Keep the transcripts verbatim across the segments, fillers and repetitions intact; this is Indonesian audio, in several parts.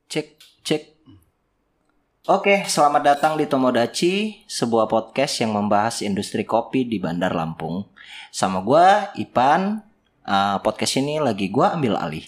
Cek, cek. Oke, selamat datang di Tomodachi, sebuah podcast yang membahas industri kopi di Bandar Lampung. Sama gue, Ipan. Uh, podcast ini lagi gue ambil alih.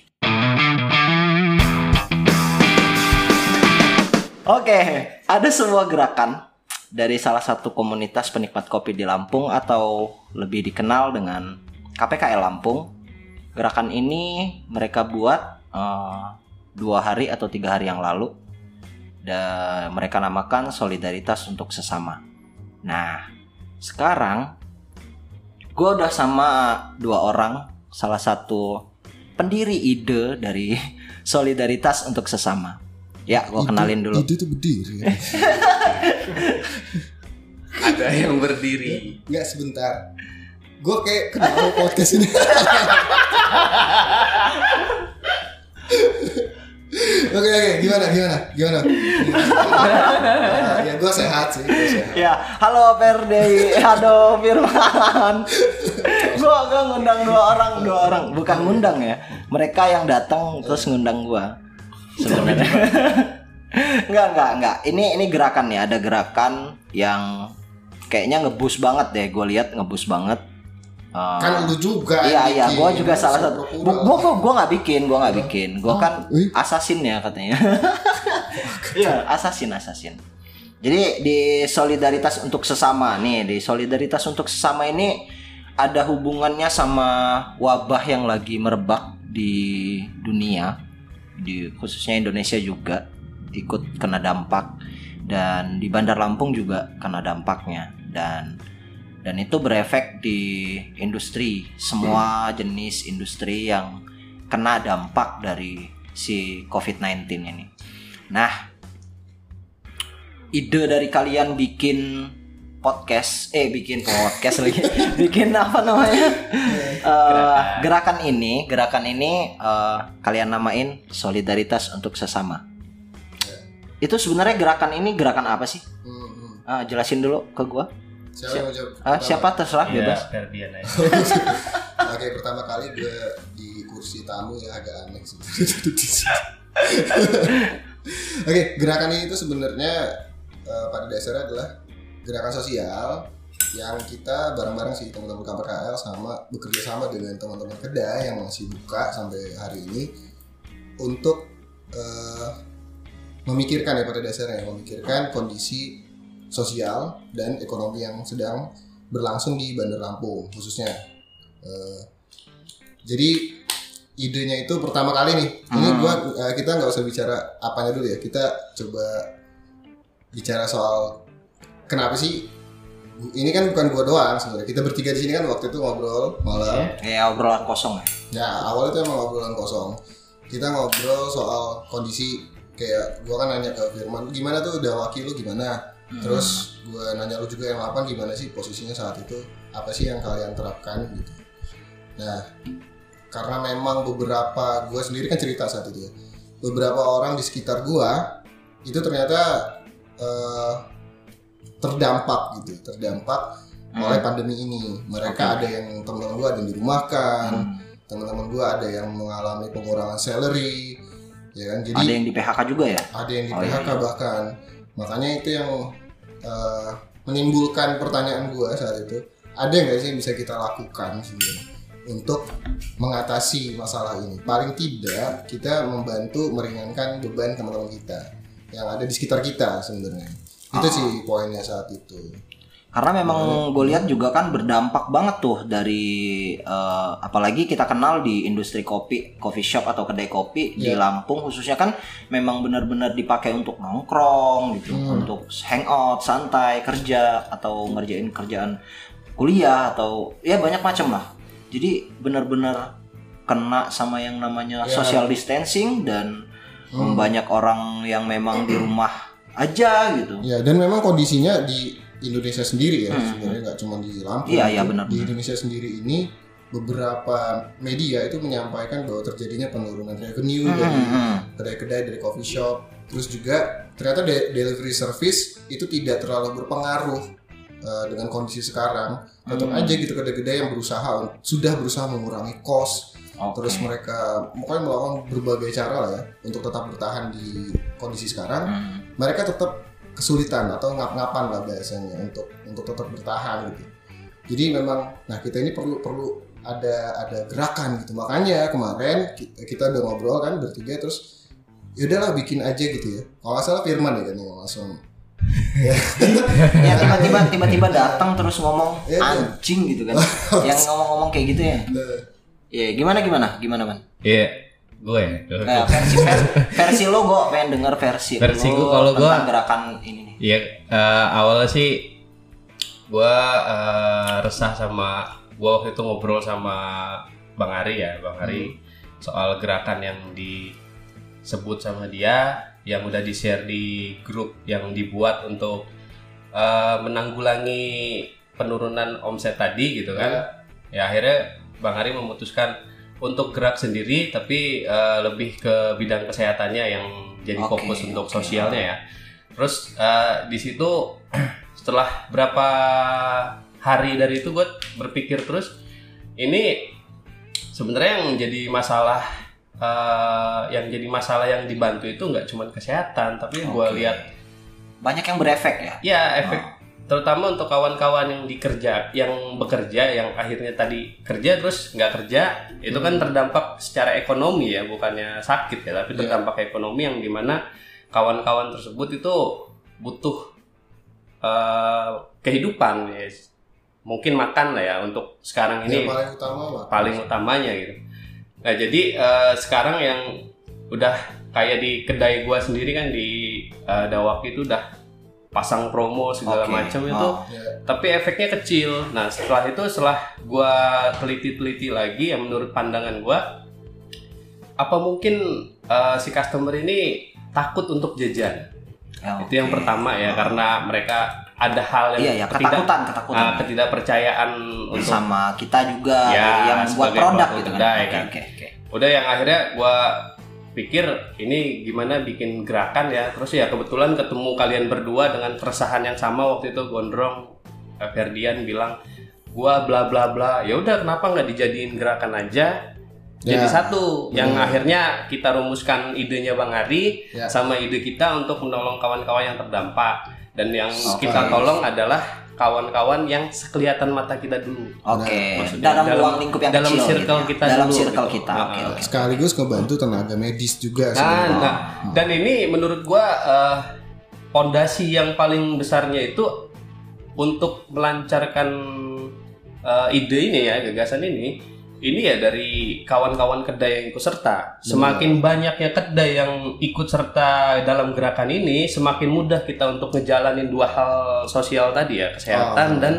Oke, ada sebuah gerakan dari salah satu komunitas penikmat kopi di Lampung atau lebih dikenal dengan K P K L Lampung. Gerakan ini mereka buat uh, dua hari atau tiga hari yang lalu, dan mereka namakan solidaritas untuk sesama. Nah, sekarang gue udah sama dua orang, salah satu pendiri ide dari solidaritas untuk sesama. Ya, gue kenalin dulu. Ide itu berdiri. Ya? Ada yang berdiri. Nggak, sebentar. Gue kayak kenal podcast ini. Oke oke gimana gimana gimana. Nah, ya gue sehat sih. Gua sehat. Ya, halo Perde, halo Firman. Gue gak ngundang dua orang, dua orang bukan ngundang ya. Mereka yang datang terus ngundang gue. Sebenarnya. Enggak enggak enggak. Ini ini gerakan nih, ada gerakan yang kayaknya ngebus banget deh. Gue lihat ngebus banget. Uh, kan lu juga. Iya iya, gue juga salah satu. Gue gue gue nggak bikin, gue nggak bikin. Gue kan assassin ya katanya. Iya, assassin assassin. Jadi di solidaritas untuk sesama nih, di solidaritas untuk sesama ini ada hubungannya sama wabah yang lagi merebak di dunia, di khususnya Indonesia juga ikut kena dampak, dan di Bandar Lampung juga kena dampaknya, dan dan itu berefek di industri, semua jenis industri yang kena dampak dari si covid sembilan belas ini. Nah, ide dari kalian bikin podcast, eh bikin podcast lagi, bikin apa namanya? uh, gerakan ini, gerakan ini uh, kalian namain solidaritas untuk sesama. Itu sebenarnya gerakan ini gerakan apa sih? Uh, jelasin dulu ke gua. Siapa yang jawab? Ah, siapa terserah ya, bebas. Ferdian aja. Oke, pertama kali gue di kursi tamu ya agak aneh sebenarnya. Oke, gerakan ini itu sebenarnya uh, pada dasarnya adalah gerakan sosial yang kita bareng-bareng sih teman-teman K P K L sama bekerja sama dengan teman-teman kedai yang masih buka sampai hari ini untuk uh, memikirkan ya pada dasarnya memikirkan kondisi sosial dan ekonomi yang sedang berlangsung di Bandar Lampung khususnya. Uh, jadi idenya itu pertama kali nih. Hmm. Ini gua uh, kita nggak usah bicara apanya dulu ya. Kita coba bicara soal kenapa sih. Ini kan bukan gua doang sebenarnya. Kita bertiga di sini kan waktu itu ngobrol malam. Ya, obrolan kosong ya. Ya awalnya itu emang obrolan kosong. Kita ngobrol soal kondisi kayak gua kan nanya ke Firman, gimana tuh udah wakil lu gimana? Terus gue nanya lu juga yang delapan gimana sih posisinya saat itu, apa sih yang kalian terapkan gitu. Nah karena memang beberapa, gue sendiri kan cerita saat itu ya, beberapa orang di sekitar gue itu ternyata uh, terdampak gitu, terdampak hmm. oleh pandemi ini. Mereka okay. ada yang teman-teman gue ada yang dirumahkan, hmm. teman-teman gue ada yang mengalami pengurangan salary, ya kan. Jadi ada yang di P H K juga ya? Ada yang di oh, P H K iya. bahkan. Makanya itu yang uh, menimbulkan pertanyaan gue saat itu, ada nggak sih yang bisa kita lakukan sebenarnya untuk mengatasi masalah ini? Paling tidak kita membantu meringankan beban teman-teman kita yang ada di sekitar kita sebenarnya. Itu ah. sih poinnya saat itu. Karena memang gue lihat juga kan berdampak banget tuh dari uh, apalagi kita kenal di industri kopi, coffee shop atau kedai kopi yeah. di Lampung khususnya kan memang benar-benar dipakai untuk nongkrong gitu, hmm. untuk hangout, santai, kerja atau ngerjain kerjaan kuliah atau ya banyak macam lah. Jadi benar-benar kena sama yang namanya yeah. social distancing dan hmm. banyak orang yang memang di rumah aja gitu. Ya yeah, dan memang kondisinya di Indonesia sendiri ya, hmm. sebenarnya nggak cuma di Lampung. Iya, iya benar. Di Indonesia sendiri ini beberapa media itu menyampaikan bahwa terjadinya penurunan revenue hmm. dari kedai-kedai, dari coffee shop. Terus juga ternyata de- delivery service itu tidak terlalu berpengaruh uh, dengan kondisi sekarang. Tetap hmm. aja gitu kedai-kedai yang berusaha sudah berusaha mengurangi cost Okay. Terus mereka pokoknya melakukan berbagai cara lah ya untuk tetap bertahan di kondisi sekarang. Hmm. Mereka tetap kesulitan atau ngap-ngapan lah biasanya untuk untuk tetap bertahan gitu. Jadi memang, nah kita ini perlu perlu ada ada gerakan gitu. Makanya kemarin kita, kita udah ngobrol kan bertiga, terus ya udahlah bikin aja gitu ya. Kalau nggak salah Firman ya kan yang langsung ya tiba-tiba tiba-tiba datang terus ngomong anjing gitu kan. Yang ngomong-ngomong kayak gitu ya. Ya gimana gimana gimana man? Iya, gue. Nah, versi versi, versi lo gue pengen denger versi. Versi lo gue kalau gue gerakan ini nih. Iya, uh, awalnya sih gue uh, resah sama gue waktu itu ngobrol sama Bang Ari ya, Bang Ari hmm. soal gerakan yang disebut sama dia, yang udah di-share di grup yang dibuat untuk uh, menanggulangi penurunan omset tadi gitu kan. Ya, ya akhirnya Bang Ari memutuskan untuk gerak sendiri tapi uh, lebih ke bidang kesehatannya yang jadi okay, fokus untuk okay. sosialnya ya. Terus uh, di situ setelah berapa hari dari itu gue berpikir terus ini sebenarnya yang jadi masalah uh, yang jadi masalah yang dibantu itu nggak cuma kesehatan tapi okay. gue lihat banyak yang berefek ya. Ya efek oh. terutama untuk kawan-kawan yang dikerja yang bekerja yang akhirnya tadi kerja terus nggak kerja itu hmm. kan terdampak secara ekonomi ya, bukannya sakit ya tapi terdampak yeah. ekonomi yang dimana kawan-kawan tersebut itu butuh uh, kehidupan ya. Mungkin makan lah ya untuk sekarang ini ya, paling utama lah. Paling utamanya gitu. Nah jadi uh, sekarang yang udah kayak di kedai gua sendiri kan di uh, Dawak itu udah pasang promo segala okay. macam itu, oh, yeah. tapi efeknya kecil. Nah setelah itu setelah gua teliti-teliti lagi, yang menurut pandangan gua, apa mungkin uh, si customer ini takut untuk jajan? Oh, itu okay. yang pertama ya, oh. karena mereka ada hal yang iya, ya, ketakutan, ketidak, ketakutan. Uh, ketidakpercayaan untuk sama kita juga ya, yang membuat produk gitu kan. Kedai, okay, kan. Okay, okay. Udah yang akhirnya gua pikir ini gimana bikin gerakan ya, terus ya kebetulan ketemu kalian berdua dengan keresahan yang sama waktu itu. Gondrong Ferdian bilang gua bla bla bla, ya udah kenapa nggak dijadiin gerakan aja jadi ya. satu yang hmm. akhirnya kita rumuskan idenya Bang Ari ya. sama ide kita untuk menolong kawan-kawan yang terdampak, dan yang okay. kita tolong adalah kawan-kawan yang sekelihatan mata kita dulu. Oke. Okay. Dalam, dalam ruang lingkup yang dalam kecil circle gitu. kita dalam dulu. circle gitu. kita. Nah, Oke. Okay, okay. Sekaligus ngebantu tenaga medis juga. Nah, nah. Hmm. Dan ini menurut gua uh, fondasi yang paling besarnya itu untuk melancarkan uh, ide ini ya, gagasan ini. Ini ya dari kawan-kawan kedai yang ikut serta. Semakin hmm. banyaknya kedai yang ikut serta dalam gerakan ini, semakin mudah kita untuk ngejalanin dua hal sosial tadi ya, kesehatan oh. dan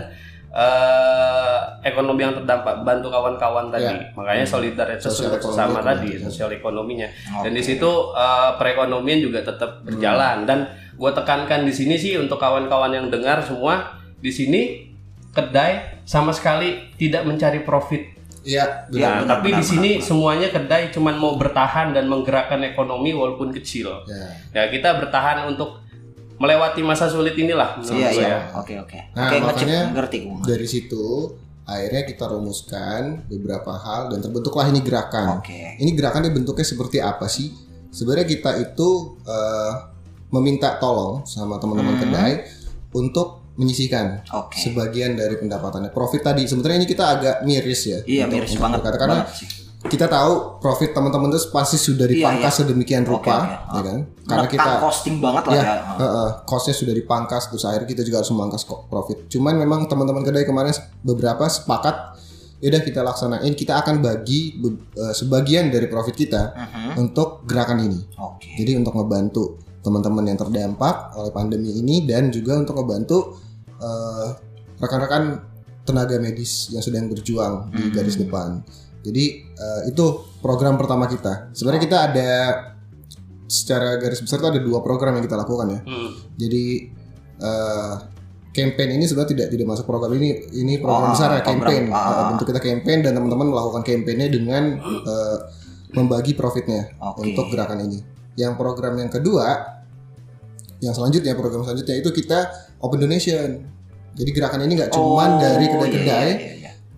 uh, ekonomi yang terdampak, bantu kawan-kawan tadi. Ya. Makanya solidaritas untuk sesama tadi, ya. sosial ekonominya. Okay. Dan di situ uh, perekonomian juga tetap berjalan. Hmm. Dan gue tekankan di sini sih untuk kawan-kawan yang dengar semua, di sini kedai sama sekali tidak mencari profit. Iya, ya, benar, tapi benar, di sini benar, semuanya kedai cuman mau bertahan dan menggerakkan ekonomi walaupun kecil. Ya, ya kita bertahan untuk melewati masa sulit inilah. Iya, iya. Oke, oke. Nah, oke, makanya ngerti. Dari situ akhirnya kita rumuskan beberapa hal dan terbentuklah ini gerakan. Oke. Ini gerakan ini bentuknya seperti apa sih? Sebenarnya kita itu uh, meminta tolong sama teman-teman hmm. kedai untuk menyisihkan okay. sebagian dari pendapatannya. Profit tadi sebenarnya ini kita agak miris ya. Iya, untuk, miris untuk banget. Berkata, karena kita tahu profit teman-teman itu pasti sudah dipangkas iya, iya. sedemikian rupa, okay, okay. ya kan? Karena Menekan kita costing banget lah ya. ya. Uh, uh, costnya sudah dipangkas, terus akhirnya kita juga harus memangkas profit. Cuman memang teman-teman kedai kemarin beberapa sepakat, ya udah kita laksanain, kita akan bagi uh, sebagian dari profit kita uh-huh. untuk gerakan ini. Okay. Jadi untuk ngebantu teman-teman yang terdampak oleh pandemi ini dan juga untuk ngebantu uh, rekan-rekan tenaga medis yang sedang berjuang hmm. di garis depan. Jadi uh, itu program pertama kita. Sebenarnya kita ada secara garis besar itu ada dua program yang kita lakukan ya. Hmm. Jadi uh, campaign ini sebenarnya tidak tidak masuk program ini. Ini program oh, besar ya, campaign. Uh, bentuk kita campaign dan teman-teman melakukan campaignnya dengan uh, membagi profitnya okay. untuk gerakan ini. Yang program yang kedua, yang selanjutnya program selanjutnya itu kita open donation. Jadi gerakan ini nggak cuma oh, dari kedai-kedai, iya, iya, iya.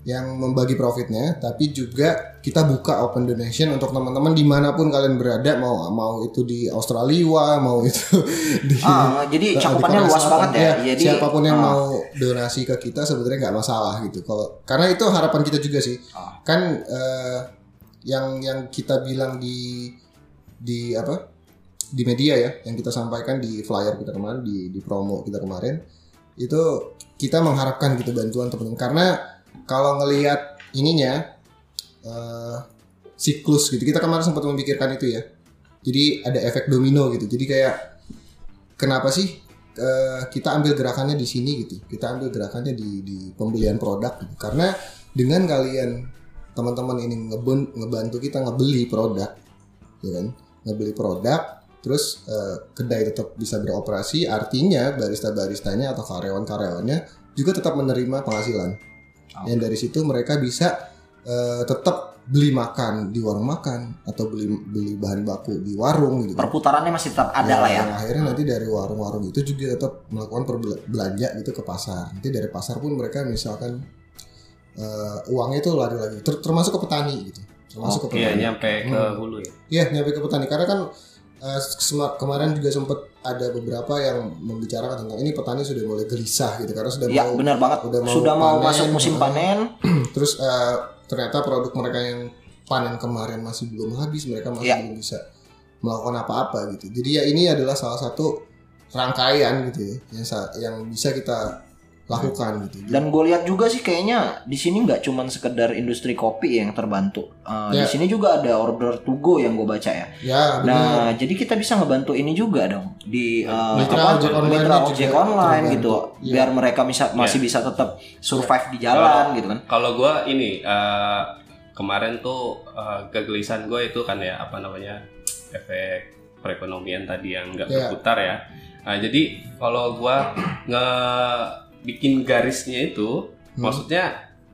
yang membagi profitnya, tapi juga kita buka open donation untuk teman-teman dimanapun kalian berada, mau mau itu di Australia, mau itu di ah, jadi cakupannya luas banget ya, ya jadi siapapun yang ah. mau donasi ke kita sebenarnya nggak masalah gitu. Kalau karena itu harapan kita juga sih, ah. kan uh, yang yang kita bilang di di apa di media ya, yang kita sampaikan di flyer kita kemarin, di di promo kita kemarin, itu kita mengharapkan gitu bantuan teman-teman, karena kalau ngelihat ininya uh, siklus gitu, kita kemarin sempat memikirkan itu ya. Jadi ada efek domino gitu. Jadi kayak kenapa sih uh, kita ambil gerakannya di sini gitu? Kita ambil gerakannya di, di pembelian produk gitu. Karena dengan kalian teman-teman ini ngeben, ngebantu kita ngebeli produk, ya kan? Ngebeli produk, terus uh, kedai tetap bisa beroperasi. Artinya barista-baristanya atau karyawan-karyawannya juga tetap menerima penghasilan. Yang dari situ mereka bisa uh, tetap beli makan di warung makan atau beli beli bahan baku di warung gitu. Perputarannya masih tetap ada ya, lah ya. Dan akhirnya nanti dari warung-warung itu juga tetap melakukan belanja gitu ke pasar. Nanti dari pasar pun mereka misalkan uh, uangnya itu lari-lagi ter- termasuk ke petani gitu. Termasuk oh, ke petani. Iya, nyampe ke hmm. hulu ya. Iya, nyampe ke petani karena kan uh, kemarin juga sempat ada beberapa yang membicarakan tentang ini petani sudah mulai gelisah gitu karena sudah ya, mau benar banget. Udah mau sudah mau panen, masuk musim panen. Terus uh, ternyata produk mereka yang panen kemarin masih belum habis, mereka masih ya. belum bisa melakukan apa-apa gitu. Jadi ya ini adalah salah satu rangkaian gitu ya yang yang bisa kita lakukan gitu. Dan gue lihat juga sih kayaknya di sini nggak cuman sekedar industri kopi yang terbantu. Uh, ya. Di sini juga ada order to go yang gue baca ya. Ya benar. Nah, jadi kita bisa ngebantu ini juga dong di uh, mitra ojek online, mitra ojek online gitu. Ya. Biar mereka bisa masih ya. bisa tetap survive ya. di jalan kalo, gitu kan. Kalau gue ini uh, kemarin tuh uh, kegelisahan gue itu kan ya apa namanya efek perekonomian tadi yang nggak ya. berputar ya. Nah, jadi kalau gue nge bikin garisnya itu, hmm. maksudnya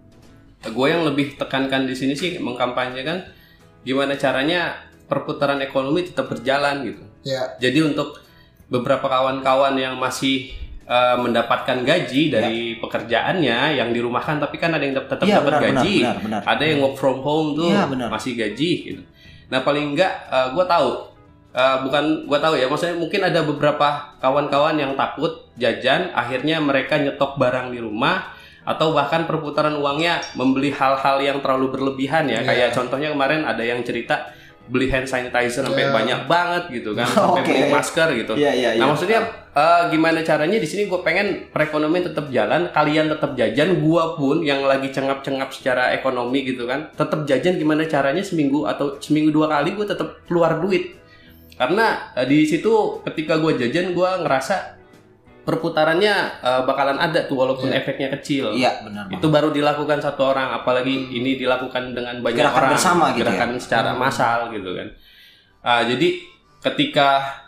gue yang lebih tekankan di sini sih mengkampanyekan gimana caranya perputaran ekonomi tetap berjalan gitu. Ya. Jadi untuk beberapa kawan-kawan yang masih uh, mendapatkan gaji dari ya. pekerjaannya yang dirumahkan, tapi kan ada yang tetap ya, dapat benar, gaji, benar, benar, benar. ada yang work from home tuh ya, masih gaji gitu. Nah paling enggak uh, gue tahu. Uh, bukan gue tahu ya, maksudnya mungkin ada beberapa kawan-kawan yang takut jajan, akhirnya mereka nyetok barang di rumah atau bahkan perputaran uangnya membeli hal-hal yang terlalu berlebihan ya, yeah. kayak contohnya kemarin ada yang cerita beli hand sanitizer sampai yeah. banyak banget gitu kan, sampai okay. beli masker gitu. Yeah, yeah, yeah. Nah maksudnya uh, gimana caranya di sini gue pengen perekonomian tetap jalan, kalian tetap jajan, gue pun yang lagi cengap-cengap secara ekonomi gitu kan, tetap jajan. Gimana caranya seminggu atau seminggu dua kali gue tetap keluar duit. Karena uh, di situ ketika gue jajan gue ngerasa perputarannya uh, bakalan ada tuh walaupun yeah. efeknya kecil. Iya yeah, benar. Itu baru dilakukan satu orang, apalagi hmm. ini dilakukan dengan banyak gerakan orang, bersama gitu gerakan ya? secara hmm. massal gitu kan. Uh, jadi ketika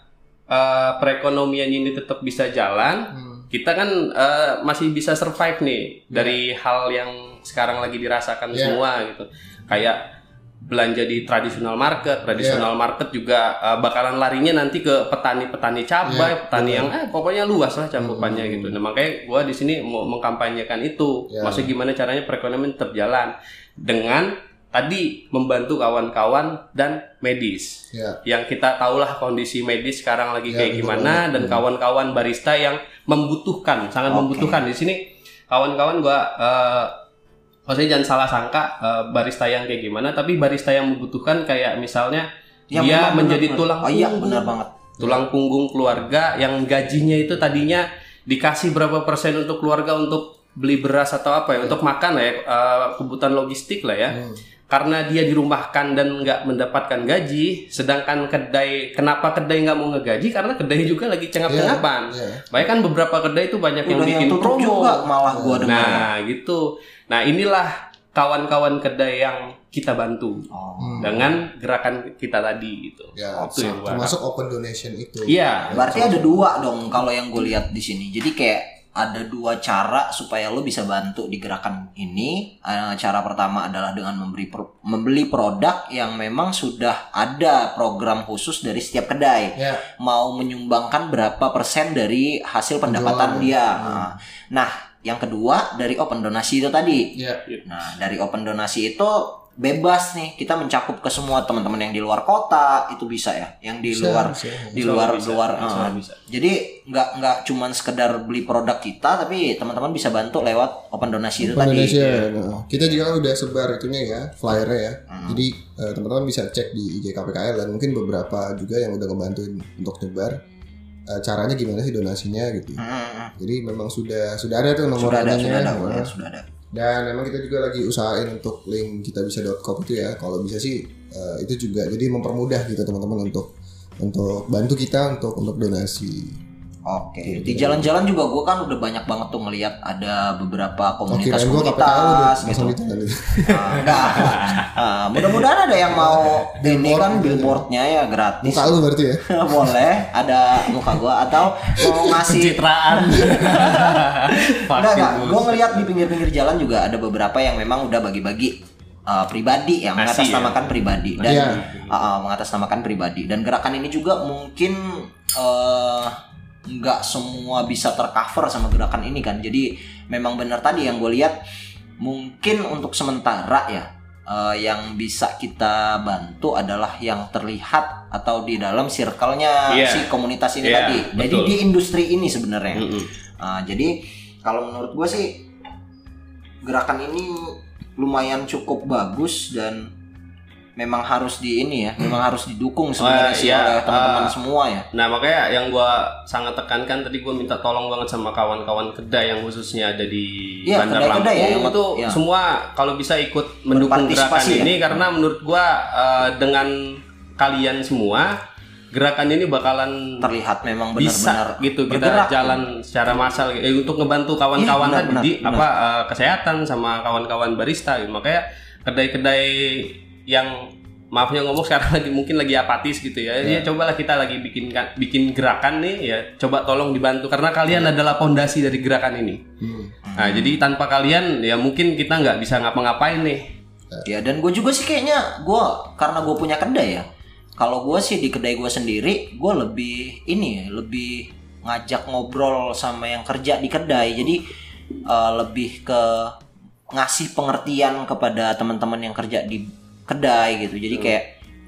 uh, perekonomian ini tetap bisa jalan, hmm. kita kan uh, masih bisa survive nih yeah. dari hal yang sekarang lagi dirasakan yeah. semua gitu. Kayak belanja di traditional market, traditional yeah. market juga uh, bakalan larinya nanti ke petani-petani cabai, yeah, petani yeah. yang eh pokoknya luas lah cakupannya mm-hmm. gitu. Nah makanya gue di sini mau mengkampanyekan itu, yeah. maksudnya gimana caranya perekonomian tetap jalan dengan tadi membantu kawan-kawan dan medis, yeah. yang kita tahulah kondisi medis sekarang lagi yeah, kayak gimana, betul, dan betul. kawan-kawan barista yang membutuhkan, sangat okay. membutuhkan di sini kawan-kawan gue. Uh, Maksudnya jangan salah sangka uh, barista yang kayak gimana, tapi barista yang membutuhkan kayak misalnya ya, dia benar, menjadi benar, tulang benar. punggung, oh, iya, benar banget. tulang punggung keluarga yang gajinya itu tadinya dikasih berapa persen untuk keluarga untuk beli beras atau apa ya, untuk makan ya, uh, kebutuhan logistik lah ya. Hmm. Karena dia dirumahkan dan nggak mendapatkan gaji, sedangkan kedai, kenapa kedai nggak mau ngegaji? Karena kedai juga lagi cengap-cengapan. Yeah, yeah. Bahkan kan beberapa kedai itu banyak yang Udah bikin yang promo. Juga, malah gua dengar. Nah gitu. Nah inilah kawan-kawan kedai yang kita bantu oh. dengan gerakan kita tadi gitu. Ya, itu yang termasuk open donation itu. Iya. Berarti ada dua dong kalau yang gue lihat di sini. Jadi kayak ada dua cara supaya lo bisa bantu di gerakan ini. Cara pertama adalah dengan memberi pro, membeli produk yang memang sudah ada program khusus dari setiap kedai. Yeah. Mau menyumbangkan berapa persen dari hasil pendapatan Penjualan. dia. Hmm. Nah, yang kedua dari open donasi itu tadi. Yeah. Nah, dari open donasi itu bebas nih kita mencakup ke semua teman-teman yang di luar kota, itu bisa ya, yang di Bisa, luar bisa. di luar Bisa, luar bisa, uh, bisa. jadi nggak nggak cuman sekedar beli produk kita, tapi teman-teman bisa bantu lewat open donasi itu tadi. Indonesia. Nah, kita juga kan udah sebar itunya ya, flyernya ya. Hmm. Jadi eh, teman-teman bisa cek di I G K P K L dan mungkin beberapa juga yang udah ngebantuin untuk nyebar. Eh, caranya gimana sih donasinya gitu. Hmm. Jadi memang sudah sudah ada tuh nomor Sudah ada, rekeningnya. sudah ada, Nah, ya, sudah ada. Dan memang kita juga lagi usahain untuk link kitabisa dot com itu ya. Kalau bisa sih eh, itu juga jadi mempermudah gitu teman-teman untuk untuk bantu kita untuk untuk donasi. Oke, di jalan-jalan juga gue kan udah banyak banget tuh ngelihat ada beberapa Oh, kirain gua K P K L udah komunitas-komunitas masang gitu. di tangan itu. Ah, enggak. Ah, mudah-mudahan ada yang mau ini Billboard kan gitu. billboardnya ya gratis. Muka lu berarti ya. Boleh, ada muka gua atau mau ngasih. Pencitraan. Enggak enggak, gue ngelihat di pinggir-pinggir jalan juga ada beberapa yang memang udah bagi-bagi uh, pribadi yang Ngasih, mengatasnamakan pribadi dan Iya. uh, uh, mengatasnamakan pribadi, dan gerakan ini juga mungkin uh, nggak semua bisa tercover sama gerakan ini kan. Jadi memang benar tadi yang gue lihat, mungkin untuk sementara ya uh, yang bisa kita bantu adalah yang terlihat atau di dalam circle-nya Iya. si komunitas ini Iya, tadi. Jadi betul. di industri ini sebenarnya. Mm-mm. Uh, jadi kalau menurut gue sih gerakan ini lumayan cukup bagus dan memang harus di ini ya, memang harus didukung sebenarnya Wah, sih iya, oleh teman-teman uh, semua ya. Nah makanya yang gue sangat tekankan tadi, gue minta tolong banget sama kawan-kawan kedai yang khususnya ada di Iya, Bandar Lampung kedai-kedai ya, yang- itu ya. semua kalau bisa ikut mendukung gerakan Berpartisipasi ya. ini, karena menurut gue uh, dengan kalian semua gerakan ini bakalan Terlihat memang bisa benar-benar gitu kita bergerak. jalan secara massal eh, untuk ngebantu kawan-kawan Iya, benar, tadi benar, di benar. apa uh, kesehatan sama kawan-kawan barista gitu. Makanya kedai-kedai yang maafnya ngomong sekarang lagi mungkin lagi apatis gitu ya. Ya cobalah kita lagi bikin bikin gerakan nih ya. Coba tolong dibantu karena kalian adalah pondasi dari gerakan ini. Hmm. Nah, jadi tanpa kalian ya mungkin kita nggak bisa ngapa-ngapain nih. Ya, dan gue juga sih kayaknya gue, karena gue punya kedai ya. Kalau gue sih di kedai gue sendiri, gue lebih ini ya, lebih ngajak ngobrol sama yang kerja di kedai. Jadi uh, lebih ke ngasih pengertian kepada teman-teman yang kerja di kedai gitu. Jadi kayak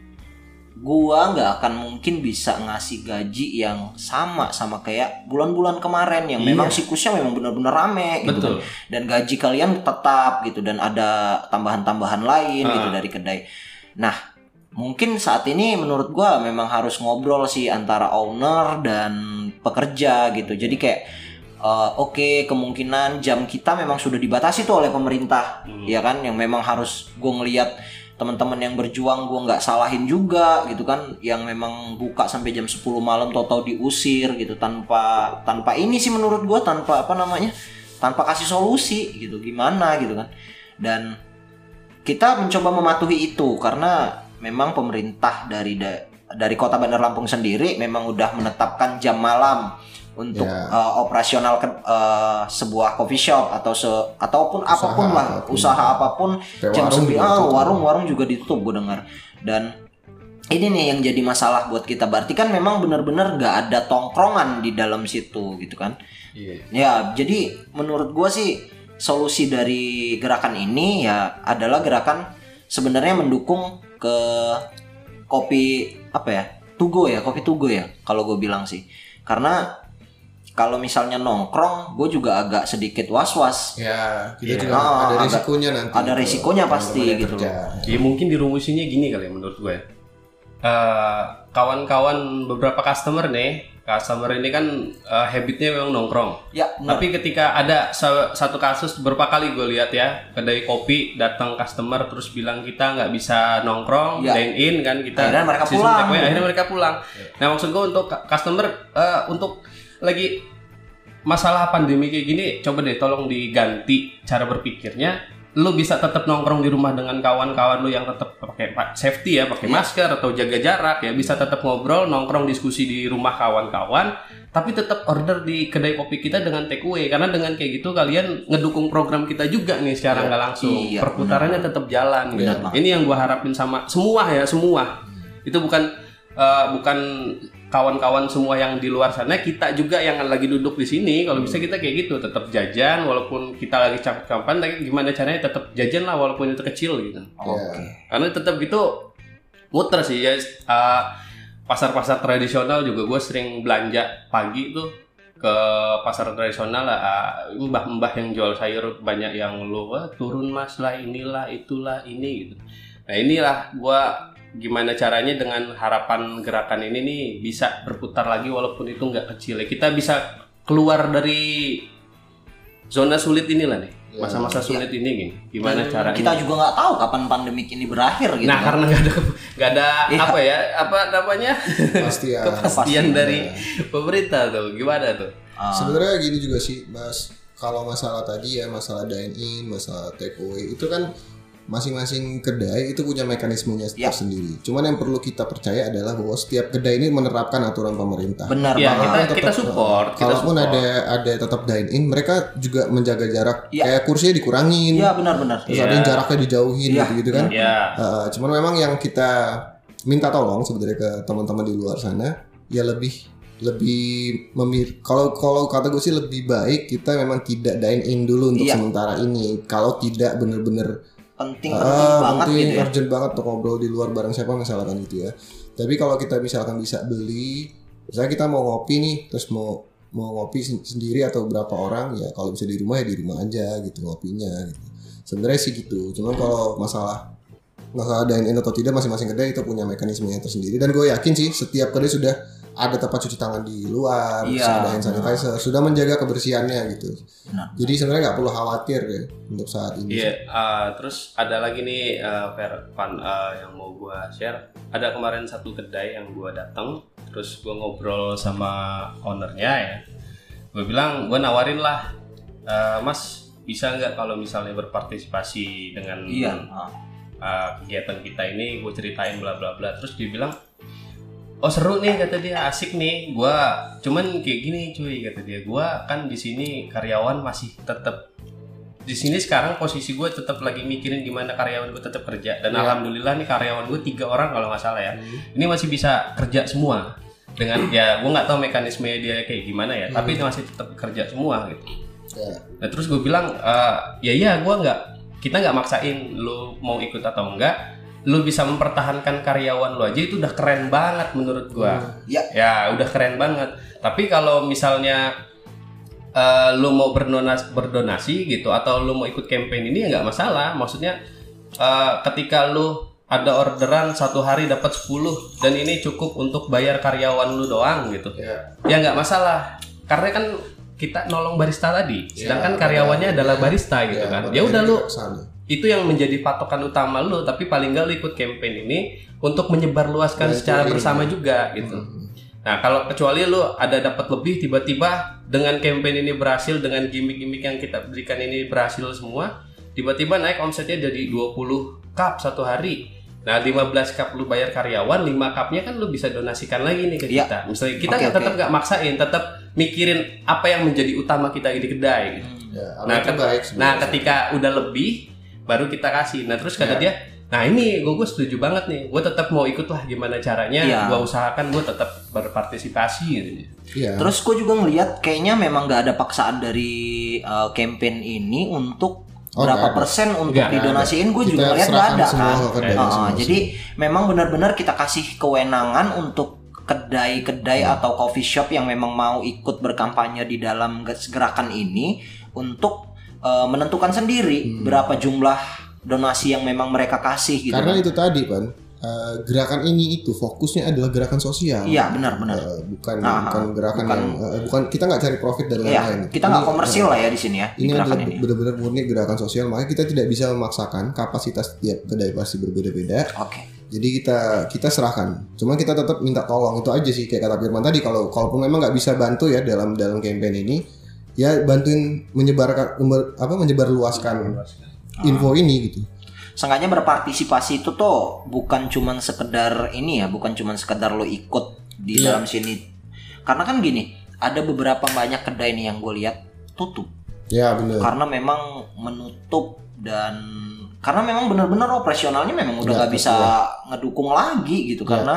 gua nggak akan mungkin bisa ngasih gaji yang sama sama kayak bulan-bulan kemarin yang Iya. memang siklusnya memang benar-benar rame gitu Betul. kan. Dan gaji kalian tetap gitu, dan ada tambahan-tambahan lain Ah. gitu dari kedai. Nah, mungkin saat ini menurut gua memang harus ngobrol sih antara owner dan pekerja gitu. Jadi kayak Uh, oke okay, kemungkinan jam kita memang sudah dibatasi tuh oleh pemerintah, Hmm. ya kan, yang memang harus gue ngelihat teman-teman yang berjuang, gue nggak salahin juga gitu kan, yang memang buka sampai jam sepuluh malam tahu-tahu diusir gitu tanpa tanpa ini sih menurut gue, tanpa apa namanya, tanpa kasih solusi gitu, gimana gitu kan. Dan kita mencoba mematuhi itu karena memang pemerintah dari da- dari Kota Bandar Lampung sendiri memang udah menetapkan jam malam untuk Ya. uh, operasional ke, uh, sebuah coffee shop atau se ataupun Usaha apapun lah, apapun. usaha apapun, Kayak jam warung sembilan juga ah, tutup. warung-warung juga ditutup gue dengar. Dan ini nih yang jadi masalah buat kita, berarti kan memang benar-benar nggak ada tongkrongan di dalam situ gitu kan. Iya. Ya, jadi menurut gue sih solusi dari gerakan ini ya adalah gerakan sebenarnya mendukung ke kopi apa ya, Tugo ya, kopi Tugo ya kalau gue bilang sih. Karena kalau misalnya nongkrong, gue juga agak sedikit was-was. Ya, kita Iya. juga Ah, ada agak- risikonya nanti. ada gitu, risikonya pasti teman-teman yang gitu kerja. Ya mungkin dirumusinnya gini kali ya menurut gue. Eh, kawan-kawan beberapa customer nih, customer ini kan eh, habitnya memang nongkrong. Ya, benar. Tapi ketika ada sa- satu kasus beberapa kali gue lihat ya, kedai kopi datang customer terus bilang kita nggak bisa nongkrong, Ya. dine in kan kita. Akhirnya mereka sistem pulang. take away, akhirnya mereka pulang. Nah maksud gue untuk cu- customer eh, untuk lagi masalah pandemi kayak gini, coba deh tolong diganti cara berpikirnya. Lu bisa tetap nongkrong di rumah dengan kawan-kawan lu yang tetap pakai pa- safety ya, pakai Iya. masker atau jaga jarak ya, bisa tetap ngobrol, nongkrong diskusi di rumah kawan-kawan, tapi tetap order di kedai kopi kita dengan take away, karena dengan kayak gitu kalian ngedukung program kita juga nih secara Iya. nggak langsung. Iya, Perputarannya tetap jalan gitu. Benar banget. Ini yang gua harapin sama semua ya, semua. Itu bukan eh, bukan kawan-kawan semua yang di luar sana, kita juga yang lagi duduk di sini, kalau bisa kita kayak gitu, tetap jajan walaupun kita lagi camp-campan, tapi gimana caranya tetap jajan lah walaupun itu kecil gitu. Oke. Okay. Karena tetap gitu muter sih ya. Uh, pasar-pasar tradisional juga gue sering belanja pagi tuh ke pasar tradisional lah, uh, mbah-mbah yang jual sayur banyak yang lu uh, turun mas lah inilah itulah ini gitu. Nah inilah gue gimana caranya dengan harapan gerakan ini nih bisa berputar lagi walaupun itu nggak kecil ya. Kita bisa keluar dari zona sulit inilah nih, masa-masa sulit ya. Ini gini. Gimana Dan caranya? Kita juga nggak tahu kapan pandemik ini berakhir gitu. Nah, kan? Karena nggak ada nggak ada ya. apa ya? Apa namanya? Kepastian. Kepastian dari pemerintah tuh. Gimana tuh? Uh. Sebenarnya gini juga sih, Mas. Kalau masalah tadi ya, masalah dine in, masalah take away itu kan masing-masing kedai itu punya mekanismenya ya. Tersendiri. Cuman yang perlu kita percaya adalah bahwa setiap kedai ini menerapkan aturan pemerintah. Benar ya, banget. Kita, kita support. Kalaupun kita support. ada ada tetap dine in, mereka juga menjaga jarak. Ya. Kayak kursinya dikurangin. Iya benar-benar. Terus ya. ada yang jaraknya dijauhin ya. gitu-gitu kan. Ya. Uh, cuman memang yang kita minta tolong sebenarnya ke teman-teman di luar sana ya lebih lebih memir kalau kalau kata gue sih lebih baik kita memang tidak dine in dulu untuk ya. Sementara ini. Kalau tidak benar-benar penting uh, penting banget penting, gitu ya. urgent banget untuk ngobrol di luar bareng siapa misalkan gitu ya. Tapi kalau kita misalkan bisa beli, misalnya kita mau ngopi nih, terus mau mau ngopi sendiri atau berapa orang ya kalau bisa di rumah ya di rumah aja gitu ngopinya gitu. Sebenarnya sih gitu. Cuman kalau masalah masalah dine in atau tidak masing-masing kedai itu punya mekanismenya tersendiri dan gue yakin sih setiap kedai sudah ada tempat cuci tangan di luar, iya, ada hand sanitizer, sudah menjaga kebersihannya gitu. Nah. Jadi sebenarnya nggak perlu khawatir deh untuk saat ini. Iya, uh, terus ada lagi nih uh, Van uh, yang mau gue share. Ada kemarin satu kedai yang gue datang, terus gue ngobrol sama ownernya ya. Gue bilang, gue nawarin lah, uh, Mas bisa nggak kalau misalnya berpartisipasi dengan iya. uh, kegiatan kita ini, gue ceritain bla bla bla. Terus dia bilang, oh seru nih kata dia, asik nih. Gua cuman kayak gini cuy kata dia. Gua kan di sini karyawan masih tetap di sini sekarang posisi gue tetap lagi mikirin gimana karyawan gue tetap kerja dan yeah. Alhamdulillah nih karyawan gue tiga orang kalau nggak salah ya. Hmm. Ini masih bisa kerja semua dengan ya gue nggak tahu mekanisme dia kayak gimana ya. Hmm. Tapi masih tetap kerja semua gitu. Yeah. Nah terus gue bilang e, ya iya gue nggak kita nggak maksain lu mau ikut atau enggak. Lu bisa mempertahankan karyawan lu aja itu udah keren banget menurut gua. Hmm, ya. ya, udah keren banget. Tapi kalau misalnya uh, lu mau berdonasi, berdonasi gitu atau lu mau ikut campaign ini ya nggak masalah. Maksudnya uh, ketika lu ada orderan satu hari dapat sepuluh dan ini cukup untuk bayar karyawan lu doang gitu. Ya, ya nggak masalah. Karena kan kita nolong barista tadi, sedangkan ya, karyawannya ya, adalah barista ya, gitu kan. Ya udah lu itu yang menjadi patokan utama lu, tapi paling nggak lu ikut campaign ini untuk menyebarluaskan nah, secara bersama juga gitu. Hmm. Nah kalau kecuali lu ada dapat lebih tiba-tiba dengan campaign ini berhasil, dengan gimmick-gimmick yang kita berikan ini berhasil semua, tiba-tiba naik omsetnya jadi dua puluh cup satu hari. Nah lima belas cup lu bayar karyawan, lima cupnya kan lu bisa donasikan lagi nih ke ya. Kita. Misalnya kita okay, tetap nggak okay. maksain, tetap mikirin apa yang menjadi utama kita di kedai gitu. Ya, nah, ket- baik, nah ketika udah lebih baru kita kasih. Nah terus kata ya. Dia, nah ini gue gue setuju banget nih, gue tetap mau ikut lah gimana caranya, ya. Gue usahakan gue tetap berpartisipasi gitu. Ya. Terus gue juga ngelihat kayaknya memang nggak ada paksaan dari uh, campaign ini untuk oh, berapa persen untuk gak, didonasiin, gue juga ngelihat nggak ada kan. Uh, jadi memang benar-benar kita kasih kewenangan untuk kedai-kedai hmm. atau coffee shop yang memang mau ikut berkampanye di dalam gerakan ini untuk uh, menentukan sendiri hmm. berapa jumlah donasi yang memang mereka kasih gitu. Karena kan. Itu tadi Pan, uh, gerakan ini itu fokusnya adalah gerakan sosial. Iya benar-benar. Uh, bukan nah, bukan gerakan bukan, yang uh, bukan kita nggak cari profit dari iya, lain. Kita nggak komersil uh, lah ya di sini ya. Ini adalah ini. benar-benar murni gerakan sosial, makanya kita tidak bisa memaksakan, kapasitas tiap kedai pasti berbeda-beda. Oke. Okay. Jadi kita kita serahkan. Cuma kita tetap minta tolong, itu aja sih kayak kata Firman tadi, kalau kalaupun memang nggak bisa bantu ya dalam dalam campaign ini, ya bantuin menyebarkan apa menyebarluaskan info ah. ini gitu. Seenggaknya berpartisipasi itu tuh bukan cuman sekedar ini ya, bukan cuman sekedar lo ikut di yeah. dalam sini. Karena kan gini, ada beberapa banyak kedai nih yang gue lihat tutup. Ya yeah, benar. Karena memang menutup dan karena memang benar-benar operasionalnya memang udah nggak bisa ya. ngedukung lagi gitu. Ya. Karena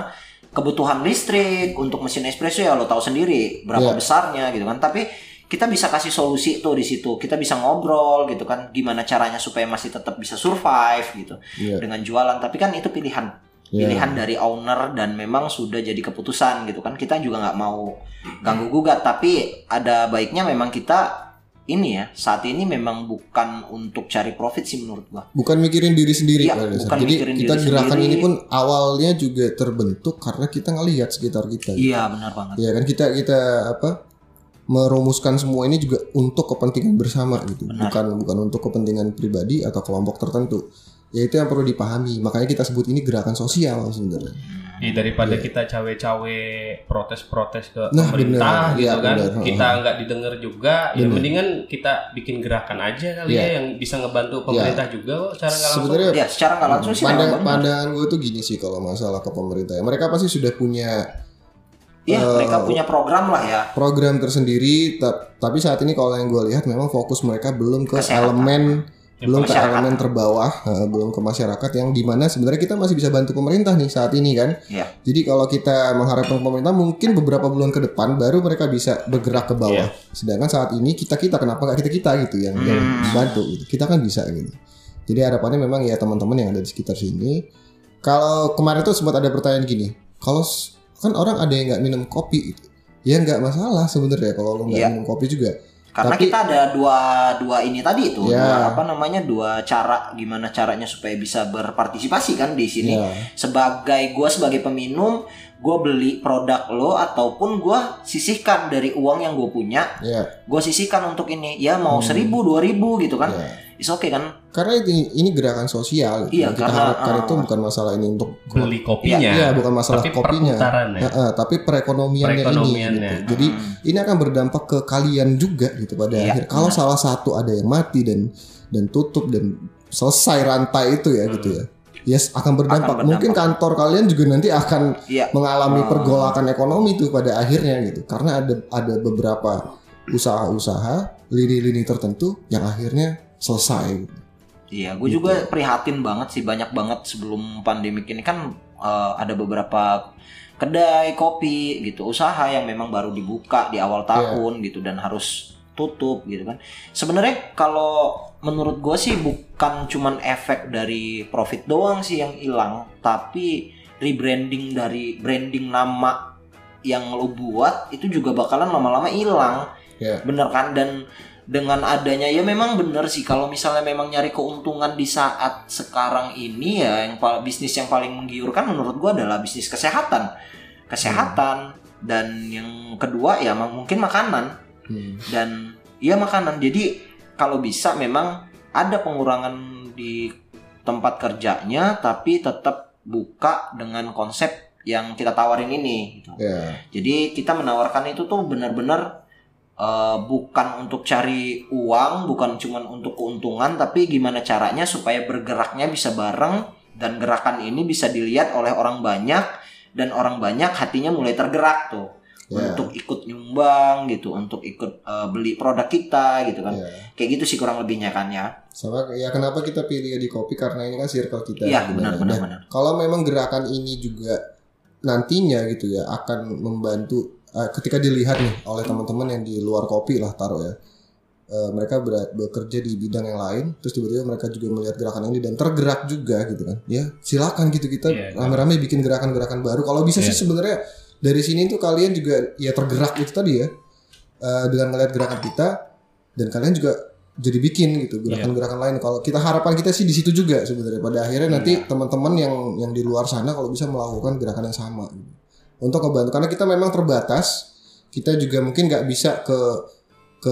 kebutuhan listrik untuk mesin espresso ya lo tahu sendiri berapa yeah. besarnya gitu kan. Tapi kita bisa kasih solusi tuh di situ. Kita bisa ngobrol gitu kan, gimana caranya supaya masih tetap bisa survive gitu yeah. dengan jualan. Tapi kan itu pilihan, yeah. pilihan dari owner dan memang sudah jadi keputusan gitu kan. Kita juga nggak mau ganggu gugat. Tapi ada baiknya memang kita ini ya saat ini memang bukan untuk cari profit sih menurut gua. Bukan mikirin diri sendiri. Ya, bukan Jadi kita gerakan sendiri. Ini pun awalnya juga terbentuk karena kita ngelihat sekitar kita. Iya gitu. Benar banget. Iya kan kita kita apa? merumuskan semua ini juga untuk kepentingan bersama gitu. Benar. Bukan bukan untuk kepentingan pribadi atau kelompok tertentu. Ya itu yang perlu dipahami. Makanya kita sebut ini gerakan sosial sebenarnya. Ya, daripada yeah. kita cawe-cawe protes-protes ke nah, pemerintah bener. gitu ya, kan. Bener. Kita nggak didengar juga. Bener. Ya mendingan kita bikin gerakan aja kali yeah. ya yang bisa ngebantu pemerintah yeah. juga kok secara nggak langsung. Sebenarnya ya, secara nggak langsung sih. Pandang, pandangan gue tuh gini sih kalau masalah ke pemerintah. Mereka pasti sudah punya Iya, uh, mereka punya program lah ya. Program tersendiri, ta- tapi saat ini kalau yang gue lihat memang fokus mereka belum ke Kesehatan. elemen, ya, belum ke elemen terbawah, uh, belum ke masyarakat yang dimana sebenarnya kita masih bisa bantu pemerintah nih saat ini kan. Ya. Jadi kalau kita mengharapkan pemerintah mungkin beberapa bulan ke depan baru mereka bisa bergerak ke bawah. Ya. Sedangkan saat ini kita kita kenapa nggak kita kita gitu yang, hmm. yang bantu gitu. Kita kan bisa gitu. Jadi harapannya memang ya teman-teman yang ada di sekitar sini. Kalau kemarin tuh sempat ada pertanyaan gini, kalau kan orang ada yang nggak minum kopi gitu. Ya nggak masalah sebenarnya kalau lo nggak yeah. minum kopi juga. Karena Tapi, kita ada dua dua ini tadi itu, yeah. dua apa namanya dua cara gimana caranya supaya bisa berpartisipasi kan di sini. Yeah. Sebagai gue sebagai peminum, gue beli produk lo ataupun gue sisihkan dari uang yang gue punya, yeah. gue sisihkan untuk ini. Ya mau hmm. seribu dua ribu gitu kan. Yeah. It's okay kan? Karena ini, ini gerakan sosial. Iya, yang kita karena, harapkan uh, itu bukan masalah ini untuk beli kopinya. Iya, bukan masalah tapi kopinya. Ya. Uh, uh, tapi perekonomiannya, perekonomiannya ini. Gitu. Jadi hmm. ini akan berdampak ke kalian juga gitu pada iya, akhir. Kalau salah satu ada yang mati dan dan tutup dan selesai rantai itu ya hmm. gitu ya. Yes, akan berdampak. akan berdampak. Mungkin kantor kalian juga nanti akan iya. mengalami hmm. pergolakan ekonomi itu pada akhirnya gitu. Karena ada ada beberapa usaha-usaha lini-lini tertentu yang akhirnya selesai. Iya, gue gitu. juga prihatin banget sih, banyak banget sebelum pandemi ini kan uh, ada beberapa kedai kopi gitu, usaha yang memang baru dibuka di awal tahun yeah. gitu dan harus tutup gitu kan. Sebenarnya kalau menurut gue sih bukan cuman efek dari profit doang sih yang hilang, tapi rebranding dari branding nama yang lo buat itu juga bakalan lama-lama hilang. Yeah. Bener kan? Dan dengan adanya ya memang bener sih kalau misalnya memang nyari keuntungan di saat sekarang ini ya yang bisnis yang paling menggiurkan menurut gua adalah bisnis kesehatan kesehatan hmm. dan yang kedua ya mungkin makanan hmm. dan ya makanan. Jadi kalau bisa memang ada pengurangan di tempat kerjanya tapi tetap buka dengan konsep yang kita tawarin ini gitu. Yeah. Jadi kita menawarkan itu tuh benar-benar Uh, bukan untuk cari uang, bukan cuma untuk keuntungan, tapi gimana caranya supaya bergeraknya bisa bareng dan gerakan ini bisa dilihat oleh orang banyak dan orang banyak hatinya mulai tergerak tuh yeah. untuk ikut nyumbang gitu, untuk ikut uh, beli produk kita gitu kan, yeah. kayak gitu sih kurang lebihnya kan ya. Sama ya kenapa kita pilih di kopi karena ini kan circle kita. Iya benar benar benar. Kalau memang gerakan ini juga nantinya gitu ya akan membantu. Uh, ketika dilihat nih oleh teman-teman yang di luar kopi lah taruh ya uh, mereka ber- bekerja di bidang yang lain terus tiba-tiba mereka juga melihat gerakan ini dan tergerak juga gitu kan ya silakan gitu kita yeah, rame-rame yeah. bikin gerakan-gerakan baru kalau bisa yeah. sih sebenarnya dari sini tuh kalian juga ya tergerak itu tadi ya uh, dengan melihat gerakan kita dan kalian juga jadi bikin gitu gerakan-gerakan yeah. lain. Kalau kita harapan kita sih di situ juga sebenarnya pada akhirnya yeah. nanti teman-teman yang yang di luar sana kalau bisa melakukan gerakan yang sama gitu. Untuk membantu karena kita memang terbatas, kita juga mungkin nggak bisa ke ke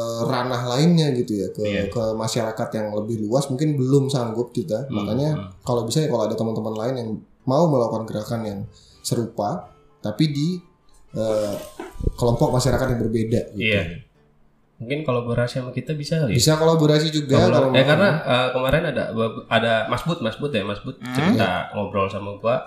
ranah lainnya gitu ya, ke yeah. ke masyarakat yang lebih luas mungkin belum sanggup kita. Hmm. Makanya hmm. kalau bisa ya kalau ada teman-teman lain yang mau melakukan gerakan yang serupa tapi di uh, kelompok masyarakat yang berbeda gitu. Yeah. Mungkin kolaborasi sama kita bisa kali. Bisa kolaborasi juga. Kolabor- eh karena uh, kemarin ada ada Mas Bud, Mas Bud ya, Mas Bud hmm. cerita hmm. ngobrol sama gua.